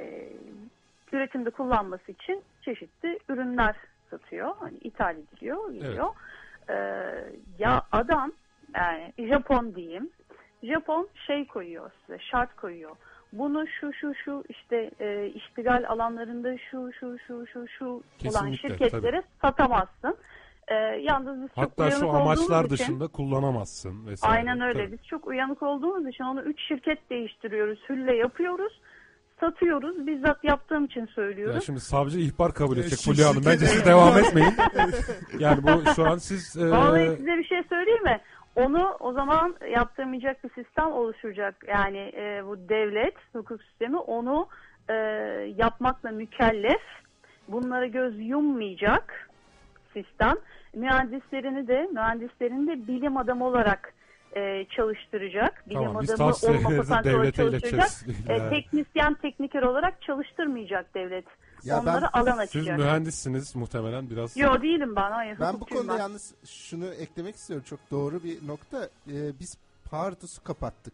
üretimde kullanması için çeşitli ürünler satıyor. Hani ithal ediliyor, geliyor. Evet. E, ya adam yani Japon diyeyim. Japon şey koyuyor size, şart koyuyor. Bunu şu şu şu işte e, iştigal alanlarında şu şu şu şu şu olan Kesinlikle, şirketlere tabii. satamazsın. E, yalnız biz çok Hatta şu uyanık amaçlar olduğumuz için, dışında kullanamazsın vesaire. aynen öyle. Tabii. Biz çok uyanık olduğumuz için onu üç şirket değiştiriyoruz, hülle yapıyoruz, satıyoruz. Bizzat yaptığım için söylüyorum. Ya şimdi savcı ihbar kabul Ee, edecek şi- Fulya Hanım. Bence şirket- siz devam etmeyin. Yani bu şu an siz... e, Vallahi size bir şey söyleyeyim mi? Onu o zaman yaptırmayacak bir sistem oluşturacak. Yani e, bu devlet, hukuk sistemi onu e, yapmakla mükellef. Bunlara göz yummayacak sistem. Mühendislerini de, mühendislerini de bilim adamı olarak e, çalıştıracak. Bilim Tamam, biz adamı olma tavsiyelerinizi potansiyeli olarak devlete çalıştıracak. ileteceğiz. E, Yani. teknisyen, tekniker olarak çalıştırmayacak devlet. Ya Onlara ben- alan Siz açacak. mühendissiniz muhtemelen biraz. Yok değilim ben. Hayır, Ben bu hukukçuyum konuda ben. yalnız şunu eklemek istiyorum. Çok doğru bir nokta. Ee, biz Pardus'u kapattık.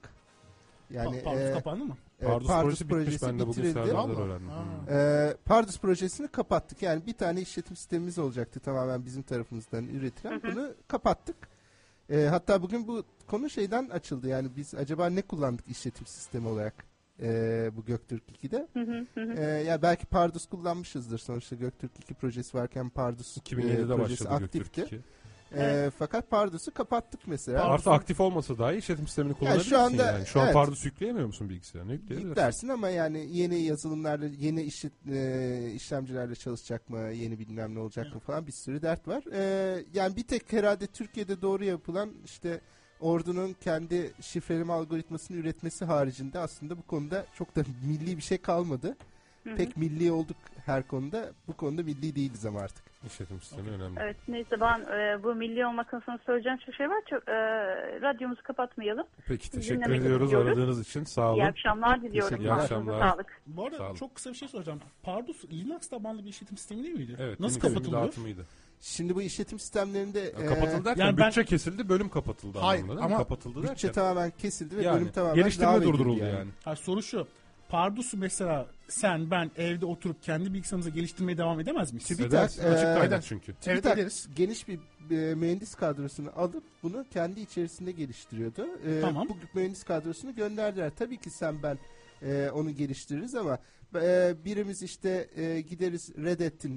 Yani Pa- Pardus e, kapandı mı? e, Pardus, projesi bitmiş. Ben de bugün bitirildi. Serdar'dan Vallahi. öğrendim. Ha. Hmm. Ee, Pardus projesini kapattık. Yani bir tane işletim sistemimiz olacaktı tamamen bizim tarafımızdan üretilen. Hı hı. Bunu kapattık. Ee, hatta bugün bu konu şeyden açıldı. Yani biz acaba ne kullandık işletim sistemi olarak ee, bu Göktürk iki'de? Hı hı hı hı. Ee, yani belki Pardus kullanmışızdır. Sonuçta Göktürk iki projesi varken Pardus iki bin yedide e, projesi başladı aktifti. Göktürk iki. Ee, fakat Pardus'u kapattık mesela. Artı aktif olmasa dahi işletim sistemini kullanabilirsin şu anda- yani. Şu an evet. Pardus yükleyemiyor musun bilgisayarına? Yükleyebilirsin. Yüklersin ama yani yeni yazılımlarla, yeni işlet, e, işlemcilerle çalışacak mı, yeni bilmem ne olacak mı falan bir sürü dert var. E, yani bir tek herhalde Türkiye'de doğru yapılan işte ordunun kendi şifreleme algoritmasını üretmesi haricinde aslında bu konuda çok da milli bir şey kalmadı. Hı hı. Pek milli olduk her konuda. Bu konuda milli değiliz ama artık. İşletim sistemi önemli. Evet, neyse ben e, bu milli olma konusunda söyleyeceğim çok şey var. Çok, e, radyomuzu kapatmayalım. Peki Sizi teşekkür dinlemek ediyoruz istiyoruz. aradığınız için. Sağ olun. İyi akşamlar diliyorum. Teşekkür- iyi Ağzınıza akşamlar. sağlık. Bu arada Sağ olun. çok kısa bir şey soracağım. Pardus Linux tabanlı bir işletim sistemi değil miydi? Evet. Nasıl Linux'un bir kapatılıyor? dağıtımıydı. Şimdi bu işletim sistemlerinde Ya, e, kapatıldı derken yani ben- bütçe kesildi, bölüm kapatıldı Hayır, anlamında değil mi? ama Kapatıldı bütçe derken. tamamen kesildi ve Yani, bölüm tamamen geliştirme devam edildi durduruldu yani. yani. Ha, soru şu. Pardus'u mesela sen, ben evde oturup kendi bilgisayarımıza geliştirmeye devam edemez miyiz? Eder, e, açık kaynak eder. çünkü. Evet, TÜBİTAK ederiz. geniş bir e, mühendis kadrosunu alıp bunu kendi içerisinde geliştiriyordu. E, Tamam. Bu mühendis kadrosunu gönderdiler. Tabii ki sen ben e, onu geliştiririz ama e, birimiz işte e, gideriz Red Hat'in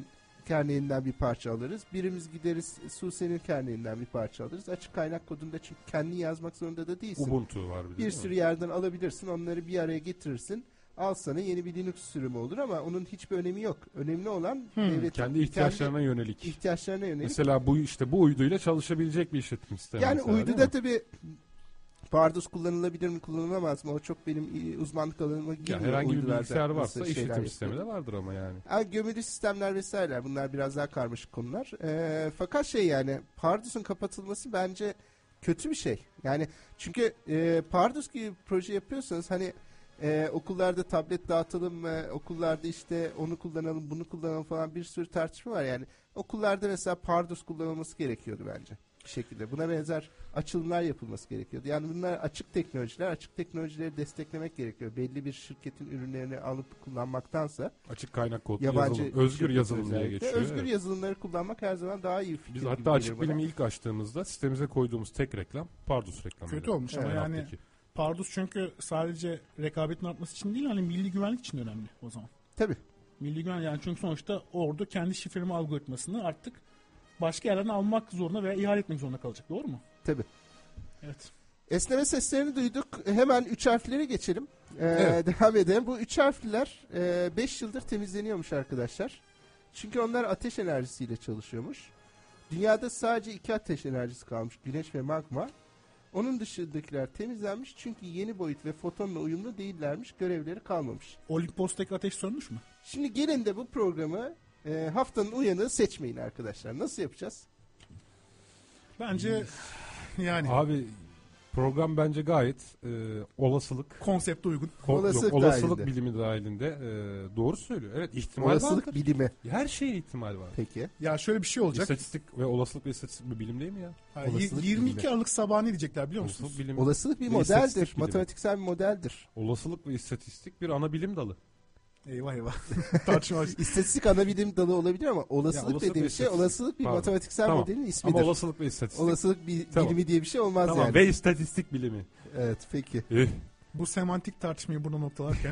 kerneğinden bir parça alırız. Birimiz gideriz SUSE'nin kerneğinden bir parça alırız. Açık kaynak kodunda çünkü kendin yazmak zorunda da değilsin. Ubuntu var bir de. Bir değil sürü mi? yerden alabilirsin. Onları bir araya getirirsin. Al sana yeni bir Linux sürümü olur ama onun hiçbir önemi yok. Önemli olan devletin Kendi ihtiyaçlarına yönelik. ihtiyaçlarına yönelik. Mesela bu işte bu uyduyla çalışabilecek bir işletim sistemi. Yani mesela, değil uyduda mi? tabii Pardus kullanılabilir mi kullanılamaz mı? O çok benim e, uzmanlık alanıma Ya girmiyor. herhangi bir uydularda bilgisayar nasıl varsa şeyler işletim sistemi yapılıyor. de vardır ama yani. Yani gömülü sistemler vesaireler bunlar biraz daha karmaşık konular. Ee, fakat şey yani Pardus'un kapatılması bence kötü bir şey. Yani çünkü e, Pardus gibi proje yapıyorsanız hani e, okullarda tablet dağıtalım mı, okullarda işte onu kullanalım bunu kullanalım falan bir sürü tartışma var yani. Okullarda mesela Pardus kullanılması gerekiyordu bence. Bir şekilde. Buna benzer açılımlar yapılması gerekiyordu. Yani bunlar açık teknolojiler. Açık teknolojileri desteklemek gerekiyor. Belli bir şirketin ürünlerini alıp kullanmaktansa Açık kaynak kodlu yabancı yazılım. Özgür şirket yazılım diye özellikle geçiyor. Özgür evet. yazılımları kullanmak her zaman daha iyi bir fikir. Biz gibi hatta gelir açık bana. bilimi ilk açtığımızda sistemimize koyduğumuz tek reklam Pardus reklamı. Kötü olmuş ama Evet. yani Pardus çünkü sadece rekabetin artması için değil hani milli güvenlik için önemli o zaman. Tabii. Milli güvenlik yani çünkü sonuçta ordu kendi şifreleme algoritmasını artık başka yerlerden almak zorunda veya ihale etmek zorunda kalacak. Doğru mu? Tabii. Evet. Esneme seslerini duyduk. Hemen üç harflere geçelim. Ee, Evet. Devam edelim. Bu üç harfliler beş yıldır temizleniyormuş arkadaşlar. Çünkü onlar ateş enerjisiyle çalışıyormuş. Dünyada sadece iki ateş enerjisi kalmış. Güneş ve magma. Onun dışındakiler temizlenmiş. Çünkü yeni boyut ve fotonla uyumlu değillermiş. Görevleri kalmamış. Olimpos'taki ateş sönmüş mü? Şimdi gelin de bu programı e, haftanın uyanığı seçmeyin arkadaşlar. Nasıl yapacağız? Bence yani Abi program bence gayet e, olasılık konsepte uygun. ko- Olasılık yok, olasılık dahilinde. bilimi dahilinde e, doğru söylüyor. Evet ihtimal Olasılık vardır. bilimi. Her şeye ihtimal var. Peki. Ya şöyle bir şey olacak. İstatistik ve olasılık ve istatistik bir bilim değil mi ya? Ha, olasılık yirmi iki bilimi. Aralık sabahı ne diyecekler biliyor musunuz? Olasılık bilimi. Olasılık bir Ve istatistik modeldir. bilimi. Matematiksel bir modeldir. Olasılık ve istatistik bir ana bilim dalı. Eyvah eyvah. Tartışma var. İstatistik ana bilim dalı olabilir ama Ya, olasılık olasılık dediğimiz ve şey istatistik. olasılık bir Pardon. matematiksel Tamam. modelin ismidir. Ama olasılık ve istatistik. Olasılık bi- Tamam. bilimi diye bir şey olmaz Tamam yani. ve istatistik bilimi. Evet peki. Eh, Bu semantik tartışmayı burada noktalarken.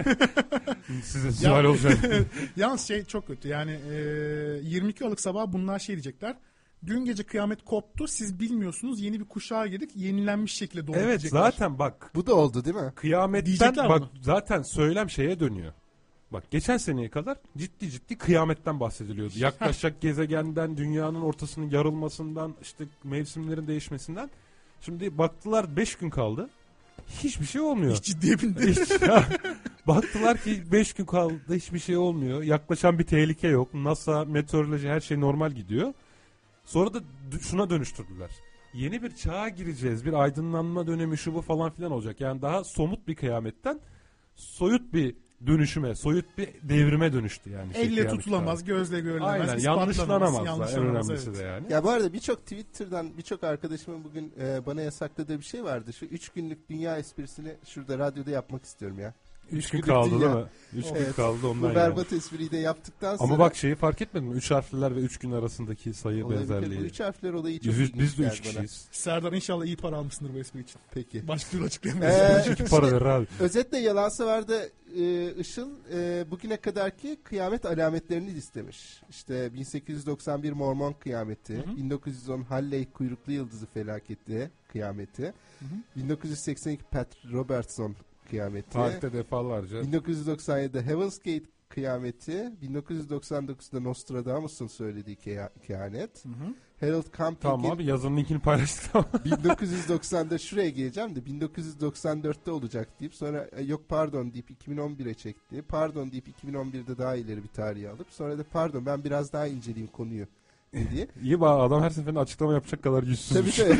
size sual olacak. Yalnız şey çok kötü yani e, yirmi iki Aralık sabahı bunlar şey diyecekler. Dün gece kıyamet koptu siz bilmiyorsunuz yeni bir kuşağa girdik yenilenmiş şekilde doğru Evet diyecekler. zaten bak Bu da oldu değil mi? kıyametten Diyecekler bak bunu. zaten söylem şeye dönüyor. Bak geçen seneye kadar ciddi ciddi kıyametten bahsediliyordu. Yaklaşacak gezegenden, dünyanın ortasının yarılmasından, işte mevsimlerin değişmesinden. Şimdi baktılar beş gün kaldı. Hiçbir şey olmuyor. Hiç ciddiye bindi. Hiç- ya, baktılar ki beş gün kaldı hiçbir şey olmuyor. Yaklaşan bir tehlike yok. NASA, meteoroloji her şey normal gidiyor. Sonra da d- şuna dönüştürdüler. Yeni bir çağa gireceğiz. Bir aydınlanma dönemi şu bu falan filan olacak. Yani daha somut bir kıyametten soyut bir dönüşüme, soyut bir devrime dönüştü yani. şey, Elle kıyamet tutulamaz, çağı. gözle görülemez, Aynen ispatlanamaz, yanlışlanamaz da en yanlışlanamaz, önemlisi evet. de yani. Ya bu arada birçok Twitter'dan birçok arkadaşımın bugün e, bana yasakladığı bir şey vardı. Şu üç günlük dünya esprisini şurada radyoda yapmak istiyorum ya. Üç gün günlük kaldı dünya. değil mi? Üç gün Evet. kaldı Bu ondan yani. berbat espriyi de yaptıktan sonra... Ama bak şeyi fark etmedin mi? Üç harfliler ve üç gün arasındaki sayı olabilir. Bu benzerliği. üç harfler olayı çok Yüz, ilginç biz de geldi üç bana. kişiyiz. Serdar inşallah iyi para almışsındır bu espri için. Peki. Başka türlü Ee, açıklayamayız. İki para verir abi. Özetle Yalansa vardı e, Işıl e, bugüne kadarki kıyamet alametlerini listemiş. İşte bin sekiz yüz doksan bir Mormon kıyameti, Hı hı. bin dokuz yüz on Halley kuyruklu yıldızı felaketi kıyameti, Hı hı. bin dokuz yüz seksen iki Pat Robertson kıyameti, Tarihte defalarca. bin dokuz yüz doksan yedide Heaven's Gate kıyameti, bin dokuz yüz doksan dokuzda Nostradamus'un söylediği keha- kehanet, Hı hı. Harold Tamam Camping'in abi yazının linkini paylaştık ama. bin dokuz yüz doksanda şuraya geleceğim de bin dokuz yüz doksan dörtte olacak deyip sonra e, yok pardon deyip iki bin on bire çekti. Pardon deyip iki bin on birde daha ileri bir tarihi alıp sonra da pardon ben biraz daha inceleyeyim konuyu dedi. İyi bak adam her seferinde açıklama yapacak kadar Tabii yüzsüzmüş. tabii.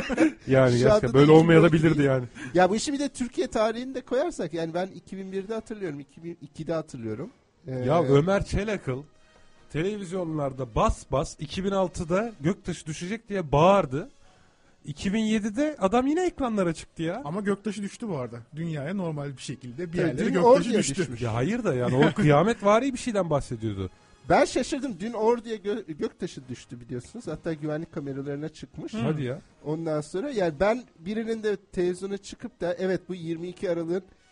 Yani Şu gerçekten anda da böyle iki bin olmaya da on iki bilirdi yani. Ya bu işi bir de Türkiye tarihini de koyarsak yani ben iki bin birde hatırlıyorum, iki bin ikide hatırlıyorum. Ee, Ya Ömer Çelakıl televizyonlarda bas bas iki bin altıda göktaşı düşecek diye bağırdı. iki bin yedide adam yine ekranlara çıktı ya. Ama göktaşı düştü bu arada. Dünyaya normal bir şekilde bir Tabii, yerlere dün göktaşı orduya düştü. düşmüş. Ya hayır da yani o kıyametvari bir şeyden bahsediyordu. Ben şaşırdım. Dün orduya gö- göktaşı düştü biliyorsunuz. Hatta güvenlik kameralarına çıkmış. Hı. Hadi ya. Ondan sonra yani ben birinin de televizyona çıkıp da evet bu yirmi iki Aralık'ın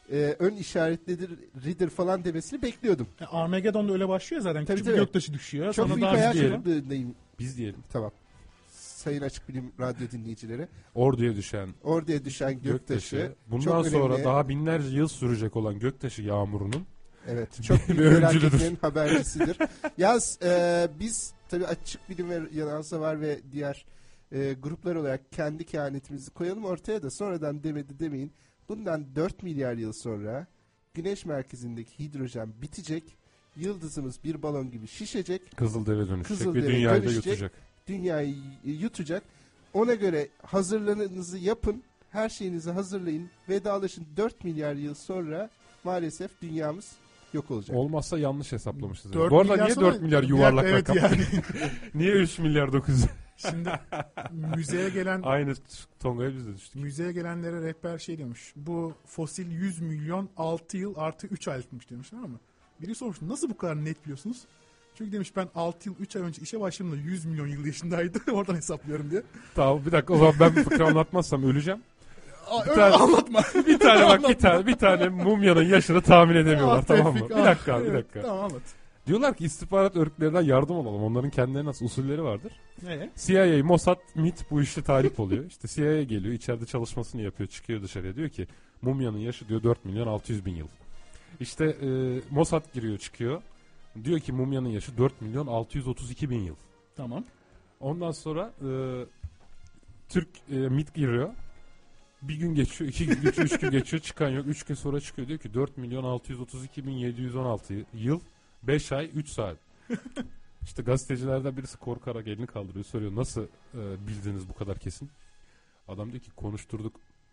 e, ön işaretlidir ridir falan demesini bekliyordum. Yani Armageddon'da öyle başlıyor zaten. Tabii, Küçük tabii. bir göktaşı düşüyor. Çok Sonra büyük daha hayal büyük- kırıklığındayım. Biz diyelim. Tamam. Sayın Açık Bilim Radyo dinleyicileri. Orduya düşen Orduya düşen göktaşı. göktaşı. Bundan çok sonra önemli. daha binlerce yıl sürecek olan göktaşı yağmurunun Evet, çok bir büyük öncülüdür. felaketlerin habercisidir. Yalnız e, biz tabii Açık Bilim ve Yanansa var ve diğer e, gruplar olarak kendi kehanetimizi koyalım ortaya da sonradan demedi demeyin. Bundan dört milyar yıl sonra Güneş merkezindeki hidrojen bitecek. Yıldızımız bir balon gibi şişecek. Kızılder'e dönüşecek Kızıldere ve dünyayı da dönüşecek. yutacak. Dünyayı yutacak. Ona göre hazırlığınızı yapın. Her şeyinizi hazırlayın. Vedalaşın. dört milyar yıl sonra maalesef dünyamız yok olacak. Olmazsa yanlış hesaplamışız. Dört Bu arada milyar niye sonra- dört milyar Bir yuvarlak dakika, rakam? evet yani. Niye üç milyar dokuz yüz? Şimdi müzeye gelen Aynı Tonga'ya biz de düştük. müzeye gelenlere rehber şey demiş. Bu fosil yüz milyon altı yıl artı üç aylıkmış demiş, tamam mı? Biri sormuş nasıl bu kadar net biliyorsunuz? Çünkü demiş ben altı yıl üç ay önce işe başladığımda yüz milyon yıl yaşındaydı. Oradan hesaplıyorum diye. Tamam bir dakika o zaman ben bu fıkra anlatmazsam öleceğim. Aa, Bir öyle tane- anlatma. Bir tane bak bir tane bir tane mumyanın yaşını tahmin edemiyorlar, Ah, tamam mı? Tevfik, Bir ah. dakika abi, bir Evet, dakika. Tamam anlat. Diyorlar ki istihbarat örgütlerinden yardım alalım. Onların kendilerine nasıl usulleri vardır. Ne? C I A, Mossad, M I T bu işte talip oluyor. İşte C I A geliyor, içeride çalışmasını yapıyor, çıkıyor dışarıya. Diyor ki mumyanın yaşı diyor dört milyon altı yüz bin yıl. İşte e, Mossad giriyor, çıkıyor. Diyor ki mumyanın yaşı dört milyon altı yüz otuz iki bin yıl. Tamam. Ondan sonra e, Türk e, M I T giriyor. Bir gün geçiyor, iki gün geçiyor, üç gün geçiyor, çıkan yok. Üç gün sonra çıkıyor, diyor ki dört milyon altı yüz otuz iki bin yedi yüz on altı yıl, beş ay, üç saat. İşte gazetecilerden birisi korkarak elini kaldırıyor, soruyor nasıl e, bildiniz bu kadar kesin? Adam diyor ki konuşturduk.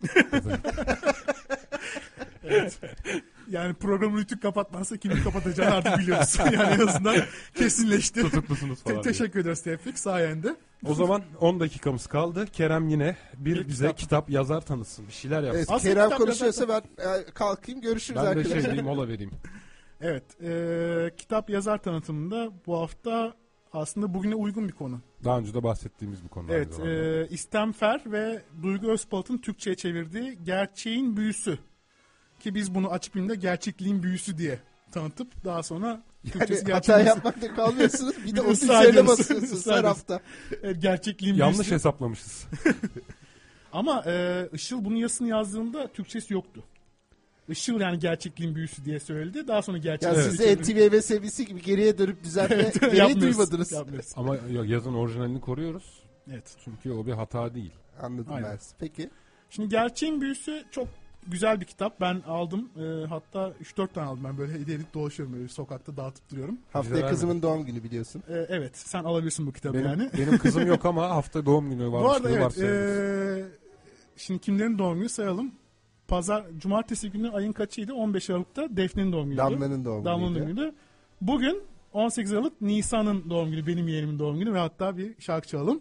Evet. Yani programı rütük kapatmazsa kimin kapatacağını artık biliyoruz. Yani en azından kesinleşti. Tutuklusunuz falan. Te- diyor. teşekkür ederiz Tevfik sayende. O zaman on dakikamız kaldı. Kerem yine bir, Bir bize kitap. kitap. yazar tanıtsın. Bir şeyler yapsın. Evet, Aslında Kerem kitap konuşuyorsa ben e, kalkayım görüşürüz Ben de arkadaşlar. şey diyeyim, mola vereyim. Evet. E, kitap yazar tanıtımında bu hafta aslında bugüne uygun bir konu. Daha önce de bahsettiğimiz bir konu. aynı Evet. zamanda. E, İstem Fer ve Duygu Özpalat'ın Türkçe'ye çevirdiği Gerçeğin Büyüsü. Ki biz bunu Açık Bilim'de gerçekliğin büyüsü diye tanıtıp daha sonra Türkçesi Yani gerçeğin hata büyüsü. yapmakta kalmıyorsunuz. Bir de Bir de onun ısrar üzerine ediyoruz. basıyorsunuz Israr her ediyoruz. hafta. Evet, gerçekliğin Yanlış büyüsü. hesaplamışız. Ama e, Işıl bunun yazısını yazdığında Türkçesi yoktu. Işıl yani gerçekliğin büyüsü diye söyledi. Daha sonra gerçek. Ya siz de N T V M S B C gibi geriye dönüp düzeltme Evet, gereği yapmıyoruz, duymadınız. yapmıyoruz. Ama yok, yazın orijinalini koruyoruz. Evet. Çünkü o bir hata değil. Anladım Aynen. ben. Peki. Şimdi Gerçeğin Büyüsü çok güzel bir kitap. Ben aldım. E, hatta üç dört tane aldım. Ben böyle hediye edip dolaşıyorum. Böyle sokakta dağıtıp duruyorum. Haftaya Güzel kızımın doğum günü biliyorsun. E, evet. Sen alabilirsin bu kitabı Benim, yani. benim kızım yok ama hafta doğum günü varmış. Bu arada gibi evet. varsayabiliriz. E, şimdi kimlerin doğum günü sayalım. Pazar, cumartesi günü ayın kaçıydı? on beş Aralık'ta Defne'nin doğum günüydü. Damla'nın doğum Damla'nın günüydü. doğum günü. Bugün on sekiz Aralık Nisan'ın doğum günü. Benim yeğenimin doğum günü ve hatta bir şarkı çalalım.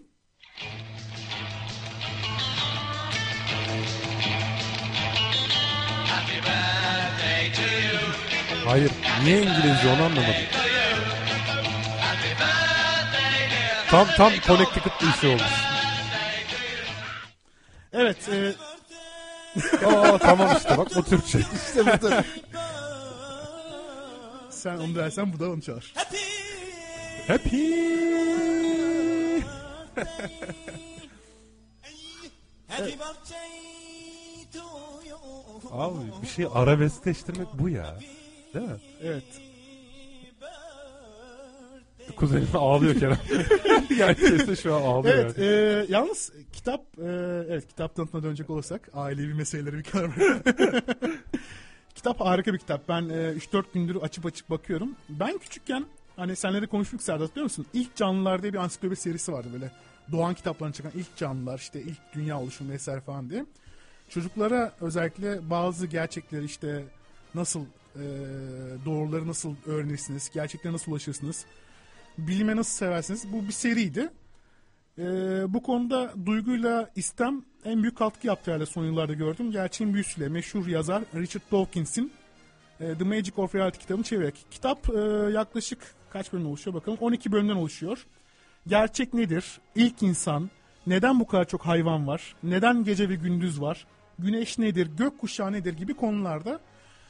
Hayır. Niye İngilizce onu anlamadım. Tam tam Connecticut bir şey olmuş. Evet. E, Aa, tamam işte bak bu Türkçe. İşte bu da. sen onu dersen bu da onu çalar. Happy. Abi bir şey arabeskleştirmek bu ya. Değil mi? Evet. Kuzenim ağlıyor Kerem. Gerçekten şu an ağlıyor. Evet. yani. E, yalnız kitap e, evet kitap tanıtımına dönecek olursak ailevi meseleleri bir karar verelim. Kitap harika bir kitap. Ben e, üç dört gündür açıp açıp bakıyorum. Ben küçükken hani senle de konuştuk Serdar, hatırlıyor musun? İlk Canlılar diye bir ansiklopedi serisi vardı böyle. Doğan kitaplarını çıkan ilk canlılar, işte ilk dünya oluşumu vesaire falan diye. Çocuklara özellikle bazı gerçekleri, işte nasıl e, doğruları nasıl öğrenirsiniz, gerçeklere nasıl ulaşırsınız, bilime nasıl seversiniz, bu bir seriydi. E, bu konuda Duygu'yla İstem en büyük katkı yaptı herhalde son yıllarda gördüm. Gerçeğin Büyüsü'yle meşhur yazar Richard Dawkins'in e, The Magic of Reality kitabını çevirerek. Kitap e, yaklaşık kaç bölümden oluşuyor bakalım? on iki bölümden oluşuyor. Gerçek nedir? İlk insan. Neden bu kadar çok hayvan var? Neden gece ve gündüz var? Güneş nedir? Gökkuşağı nedir? Gibi konularda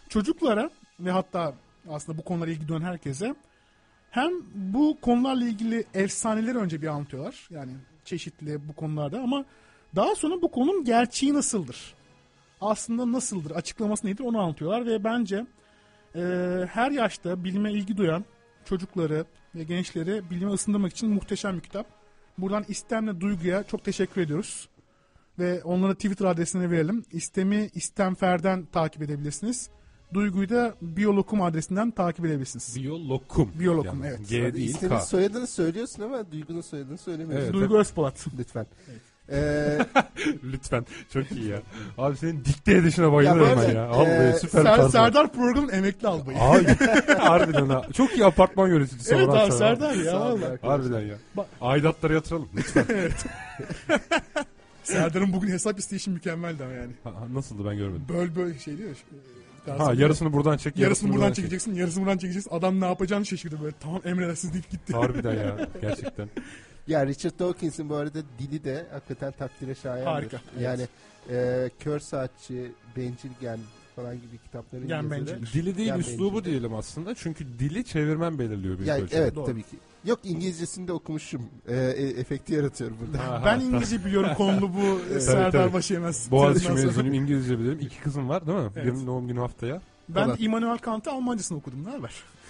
çocuklara ve hatta aslında bu konulara ilgi duyan herkese hem bu konularla ilgili efsaneleri önce bir anlatıyorlar. Yani çeşitli bu konularda ama daha sonra bu konunun gerçeği nasıldır? Aslında nasıldır? Açıklaması nedir? Onu anlatıyorlar ve bence e, her yaşta bilime ilgi duyan çocukları ve gençleri bilime ısındırmak için muhteşem bir kitap. Buradan İstem'le Duygu'ya çok teşekkür ediyoruz. Ve onlara Twitter adresini verelim. İstem'i İstemfer'den takip edebilirsiniz. Duygu'yu da Biyolokum adresinden takip edebilirsiniz. Biyolokum. Biyolokum, yani evet. G değil İstem'in K. soyadını söylüyorsun ama Duygu'nun soyadını söylemiyorsun. Evet, Duygu Özpolat. Lütfen. Evet. Ee, Lütfen. Çok iyi ya. Abi senin dikte edişine bayılıyorum Ya ben böyle, ya. Vallahi e, süper Ser, tarz var. Serdar programın emekli albayı. Abi harbiden ha. Çok iyi apartman yöneticisi. Evet Orhan abi Serdar. Serdar ya. Sağ olun Vallahi. arkadaşlar. Harbiden ya. Bak- Aidatları yatıralım lütfen. Evet. Serdar'ın bugün hesap isteyişi mükemmeldi ama yani. Ha, ha, nasıldı ben görmedim. Böl böl şey diyor. ya, Ha yarısını buradan çek. yarısını buradan çek. çekeceksin, yarısını buradan çekeceksin. Adam ne yapacağını şaşırdı böyle. Tamam emredersiniz deyip gitti. Harbiden ya. Gerçekten. Ya Richard Dawkins'in bu arada dili de hakikaten takdire şayandır. Harika, evet. Yani e, Kör Saatçi, Bencil Gen falan gibi kitapların Gen yazarı. Bencil. Dili değil Yani üslubu bencil. diyelim aslında. Çünkü dili çevirmen belirliyor bir Yani, ölçüde. evet Doğru. tabii ki. Yok İngilizcesini de okumuşum. E, e, efekti yaratıyorum burada. Ha, ha, Ben ha. İngilizce biliyorum konulu bu Evet, Serdar tabii. Başyemez. Boğaziçi Ondan sonra- mezunuyum, İngilizce bilirim. İki kızım var değil mi? Evet. Birinin doğum günü haftaya. Ben Falan. Immanuel Kant'ı Almancasını okudum. Ne haber?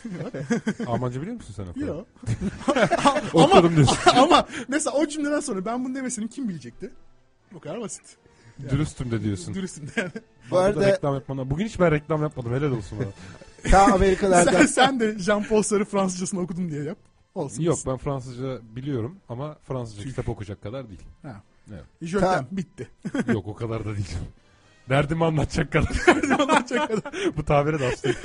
Almanca biliyor musun sen? o kadar? Yok. Okudum diyorsun. Ama mesela o cümleden sonra ben bunu demesini kim bilecekti? Bu kadar basit. Dürüstüm de diyorsun. Dürüstüm yani. Bu Burada arada reklam yapmana. Bugün hiç ben reklam yapmadım. Helal olsun bana. ta Amerikalardan sen, sen de Jean-Paul Sartre Fransızcasını okudum diye yap. Olsun. Yok ben Fransızca biliyorum ama Fransızca kitap okuyacak kadar değil. Ha. Evet. Jötem Ta- bitti. Yok o kadar da değil. Derdimi anlatacak kadar. Anlatacak kadar. Bu tabire de aslında.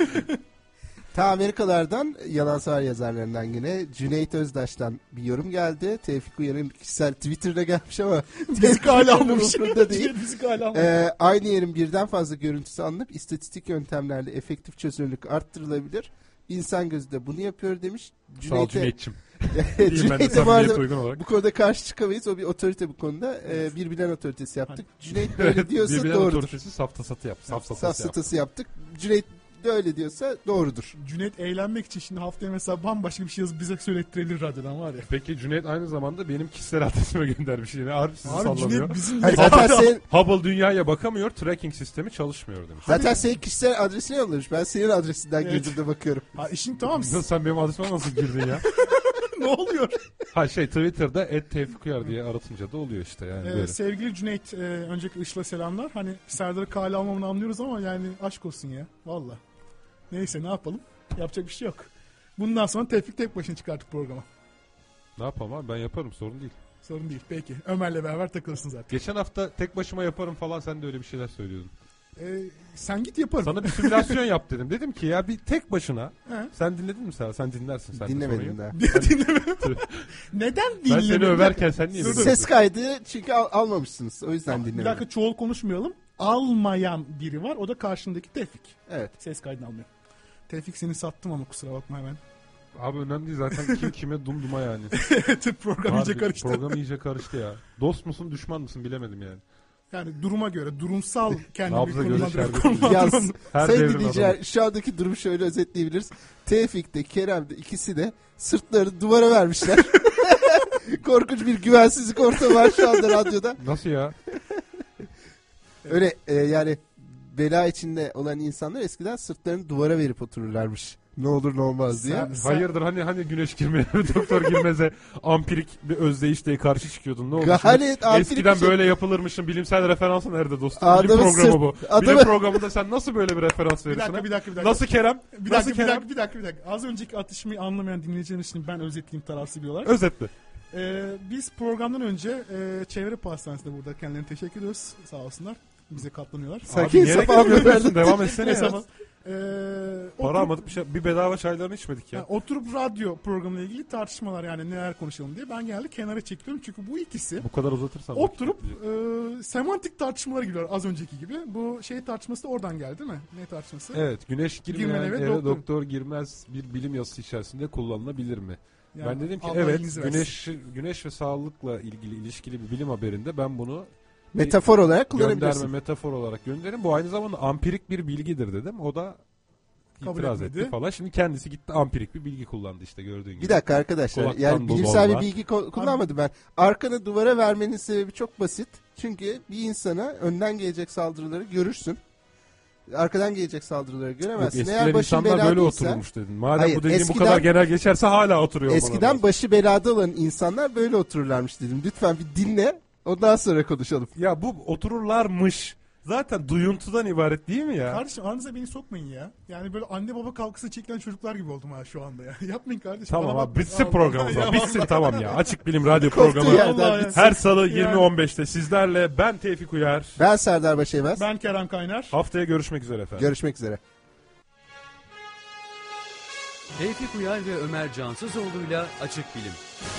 ta Amerikalardan Yalansever yazarlarından yine Cüneyt Özdaş'tan bir yorum geldi. Tevfik Uyar'ın kişisel Twitter'da gelmiş ama Müzik hala almamış. umurunda değil. Müzik hala almamış. Ee, aynı yerin birden fazla görüntüsü alınıp istatistik yöntemlerle efektif çözünürlük arttırılabilir. İnsan gözü de bunu yapıyor demiş. Sağ ol Cüneyt'e, Cüneyt'çim. Diyeyim ben de Cüneyt'e bu samimiyet arada uygun olarak. bu konuda karşı çıkamayız. O bir otorite bu konuda. Ee, bir bilen otoritesi yaptık. Cüneyt böyle Evet, diyorsa birbirine doğrudur. otoritesi saftasatı yap. Saf Safsatası yap. satası yaptık. Cüneyt de öyle diyorsa doğrudur. Cüneyt eğlenmek için şimdi haftaya mesela bambaşka bir şey yazıp bize söylettirebilir radyodan var ya. Peki Cüneyt aynı zamanda benim kişisel adresime göndermiş yine. Harbi sizi Abi sallamıyor. Cüneyt bizim Hayır, zaten senin, Hubble dünyaya bakamıyor. Tracking sistemi çalışmıyor demiş. zaten senin kişisel adresine yollamış. Ben senin adresinden Evet. girdim de bakıyorum. Ha işin tamam. Nasıl sen benim adresime nasıl girdin ya? Ne oluyor? Ha şey Twitter'da et Tevfik Uyar diye aratınca da oluyor işte yani Ee, böyle. sevgili Cüneyt, e, öncelikle Işıl'a selamlar. Hani Serdar'ı kale almamını anlıyoruz ama yani aşk olsun ya. Valla. Neyse ne yapalım? Yapacak bir şey yok. Bundan sonra Tevfik tek başına çıkarttık programa. Ne yapalım abi ben yaparım sorun değil. Sorun değil. Peki. Ömer'le beraber takılırsın zaten. Geçen hafta tek başıma yaparım falan sen de öyle bir şeyler söylüyordun. Ee, sen git yaparım. Sana bir simülasyon yap dedim. Dedim ki ya bir tek başına He. sen dinledin mi sen? Sen dinlersin sen. de sorun Dinlemedim yok. daha. Dinleme. Neden Ben dinlemedin? seni överken sen niye Dur, dur. dinledin? Ses kaydı çünkü al- almamışsınız. O yüzden Bir dinlemedim. dakika çoğul konuşmayalım. Almayan biri var. O da karşındaki Tevfik. Evet. Ses kaydını almıyor. Tevfik seni sattım ama kusura bakma hemen. Abi önemli değil zaten kim kime dumduma yani. Evet program iyice Harbi, karıştı. Program iyice karıştı ya. Dost musun düşman mısın bilemedim yani. Yani duruma göre durumsal kendimi Nabza göre konumlandırıyorum. şerbet. konumlandırıyorum. Yaz. Her Sayın devrin dinleyiciler adamı. şu andaki durumu şöyle özetleyebiliriz. Tevfik de Kerem de ikisi de sırtları duvara vermişler. Korkunç bir güvensizlik ortamı var şu anda radyoda. Nasıl ya? Öyle e, yani bela içinde olan insanlar eskiden sırtlarını duvara verip otururlarmış. Ne olur ne olmaz diye. Sen- sen- Hayırdır hani hani güneş girmeye doktor girmeze ampirik bir özdeyişteye karşı çıkıyordun. Ne oldu? Gayet ampirik Eskiden bir şey. böyle yapılırmışın. Bilimsel referansı nerede dostum? Adamın Bilim programı sırt- bu. adamı- Bilim programında sen nasıl böyle bir referans Bir verirsin? dakika ha? bir dakika bir dakika. Nasıl Kerem? Bir Nasıl dakika, bir Kerem? dakika, bir dakika, bir dakika. Az önceki atışmayı anlamayan dinleyicilerin için ben özetleyeyim tarafsız bir olarak. Özetle. Ee, biz programdan önce e, Çevre Pastanesi'nde burada kendilerine teşekkür ediyoruz. Sağ olsunlar. Bize katlanıyorlar. Sanki Abi niye hesap reklam almıyor yapıyorsun? verdin. Devam etsene ya. Hesaba. Ee, Para oturup- almadık bir, şey, bir bedava çaylarını içmedik ya. yani oturup radyo programıyla ilgili tartışmalar yani neler konuşalım diye ben genelde kenara çekiyorum. Çünkü bu ikisi Bu kadar uzatırsan. oturup e, semantik tartışmalara giriyorlar az önceki gibi. Bu şey tartışması da oradan geldi değil mi? Ne tartışması? Evet, güneş girmeyen Girmeyen eve eve doktor. doktor. girmez bir bilim yazısı içerisinde kullanılabilir mi? Yani ben dedim ki Allah evet, elinizi versin. güneş güneş ve sağlıkla ilgili ilişkili bir bilim haberinde ben bunu Metafor olarak gönderme kullanabilirsin. metafor olarak gönderin. Bu aynı zamanda ampirik bir bilgidir dedim. O da Kabul itiraz etmedi. etti falan. Şimdi kendisi gitti ampirik bir bilgi kullandı işte gördüğün gibi. Bir dakika arkadaşlar. Kulaktan Yani bu bilimsel bir bomba. bilgi ko- kullanmadım ben. Arkanı duvara vermenin sebebi çok basit. Çünkü bir insana önden gelecek saldırıları görürsün. Arkadan gelecek saldırıları Yok, göremezsin. eskiden Eğer başın insanlar böyle beladıysa... otururmuş dedin. Madem Hayır, bu dediğin eskiden- bu kadar genel geçerse hala oturuyor olmaları Eskiden lazım. başı belada olan insanlar böyle otururlarmış dedim. Lütfen bir dinle. Ondan sonra konuşalım. Ya bu otururlarmış. Zaten duyuntudan ibaret değil mi ya? Kardeşim aranıza beni sokmayın ya. Yani böyle anne baba kavgası çekilen çocuklar gibi oldum ha şu anda ya. Yapmayın kardeşim. Tamam Bana abi bakmayın. bitsin Allah program o Allah. zaman. Ya Bitsin Allah. tamam ya. Açık Bilim Radyo Koptuğu programı. yerden Allah bitsin. Her salı Yani. yirmi on beşte sizlerle ben Tevfik Uyar. Ben Serdar Başevez. Ben Kerem Kaynar. Haftaya görüşmek üzere efendim. Görüşmek üzere. Tevfik Uyar ve Ömer Cansızoğlu'yla Açık Bilim.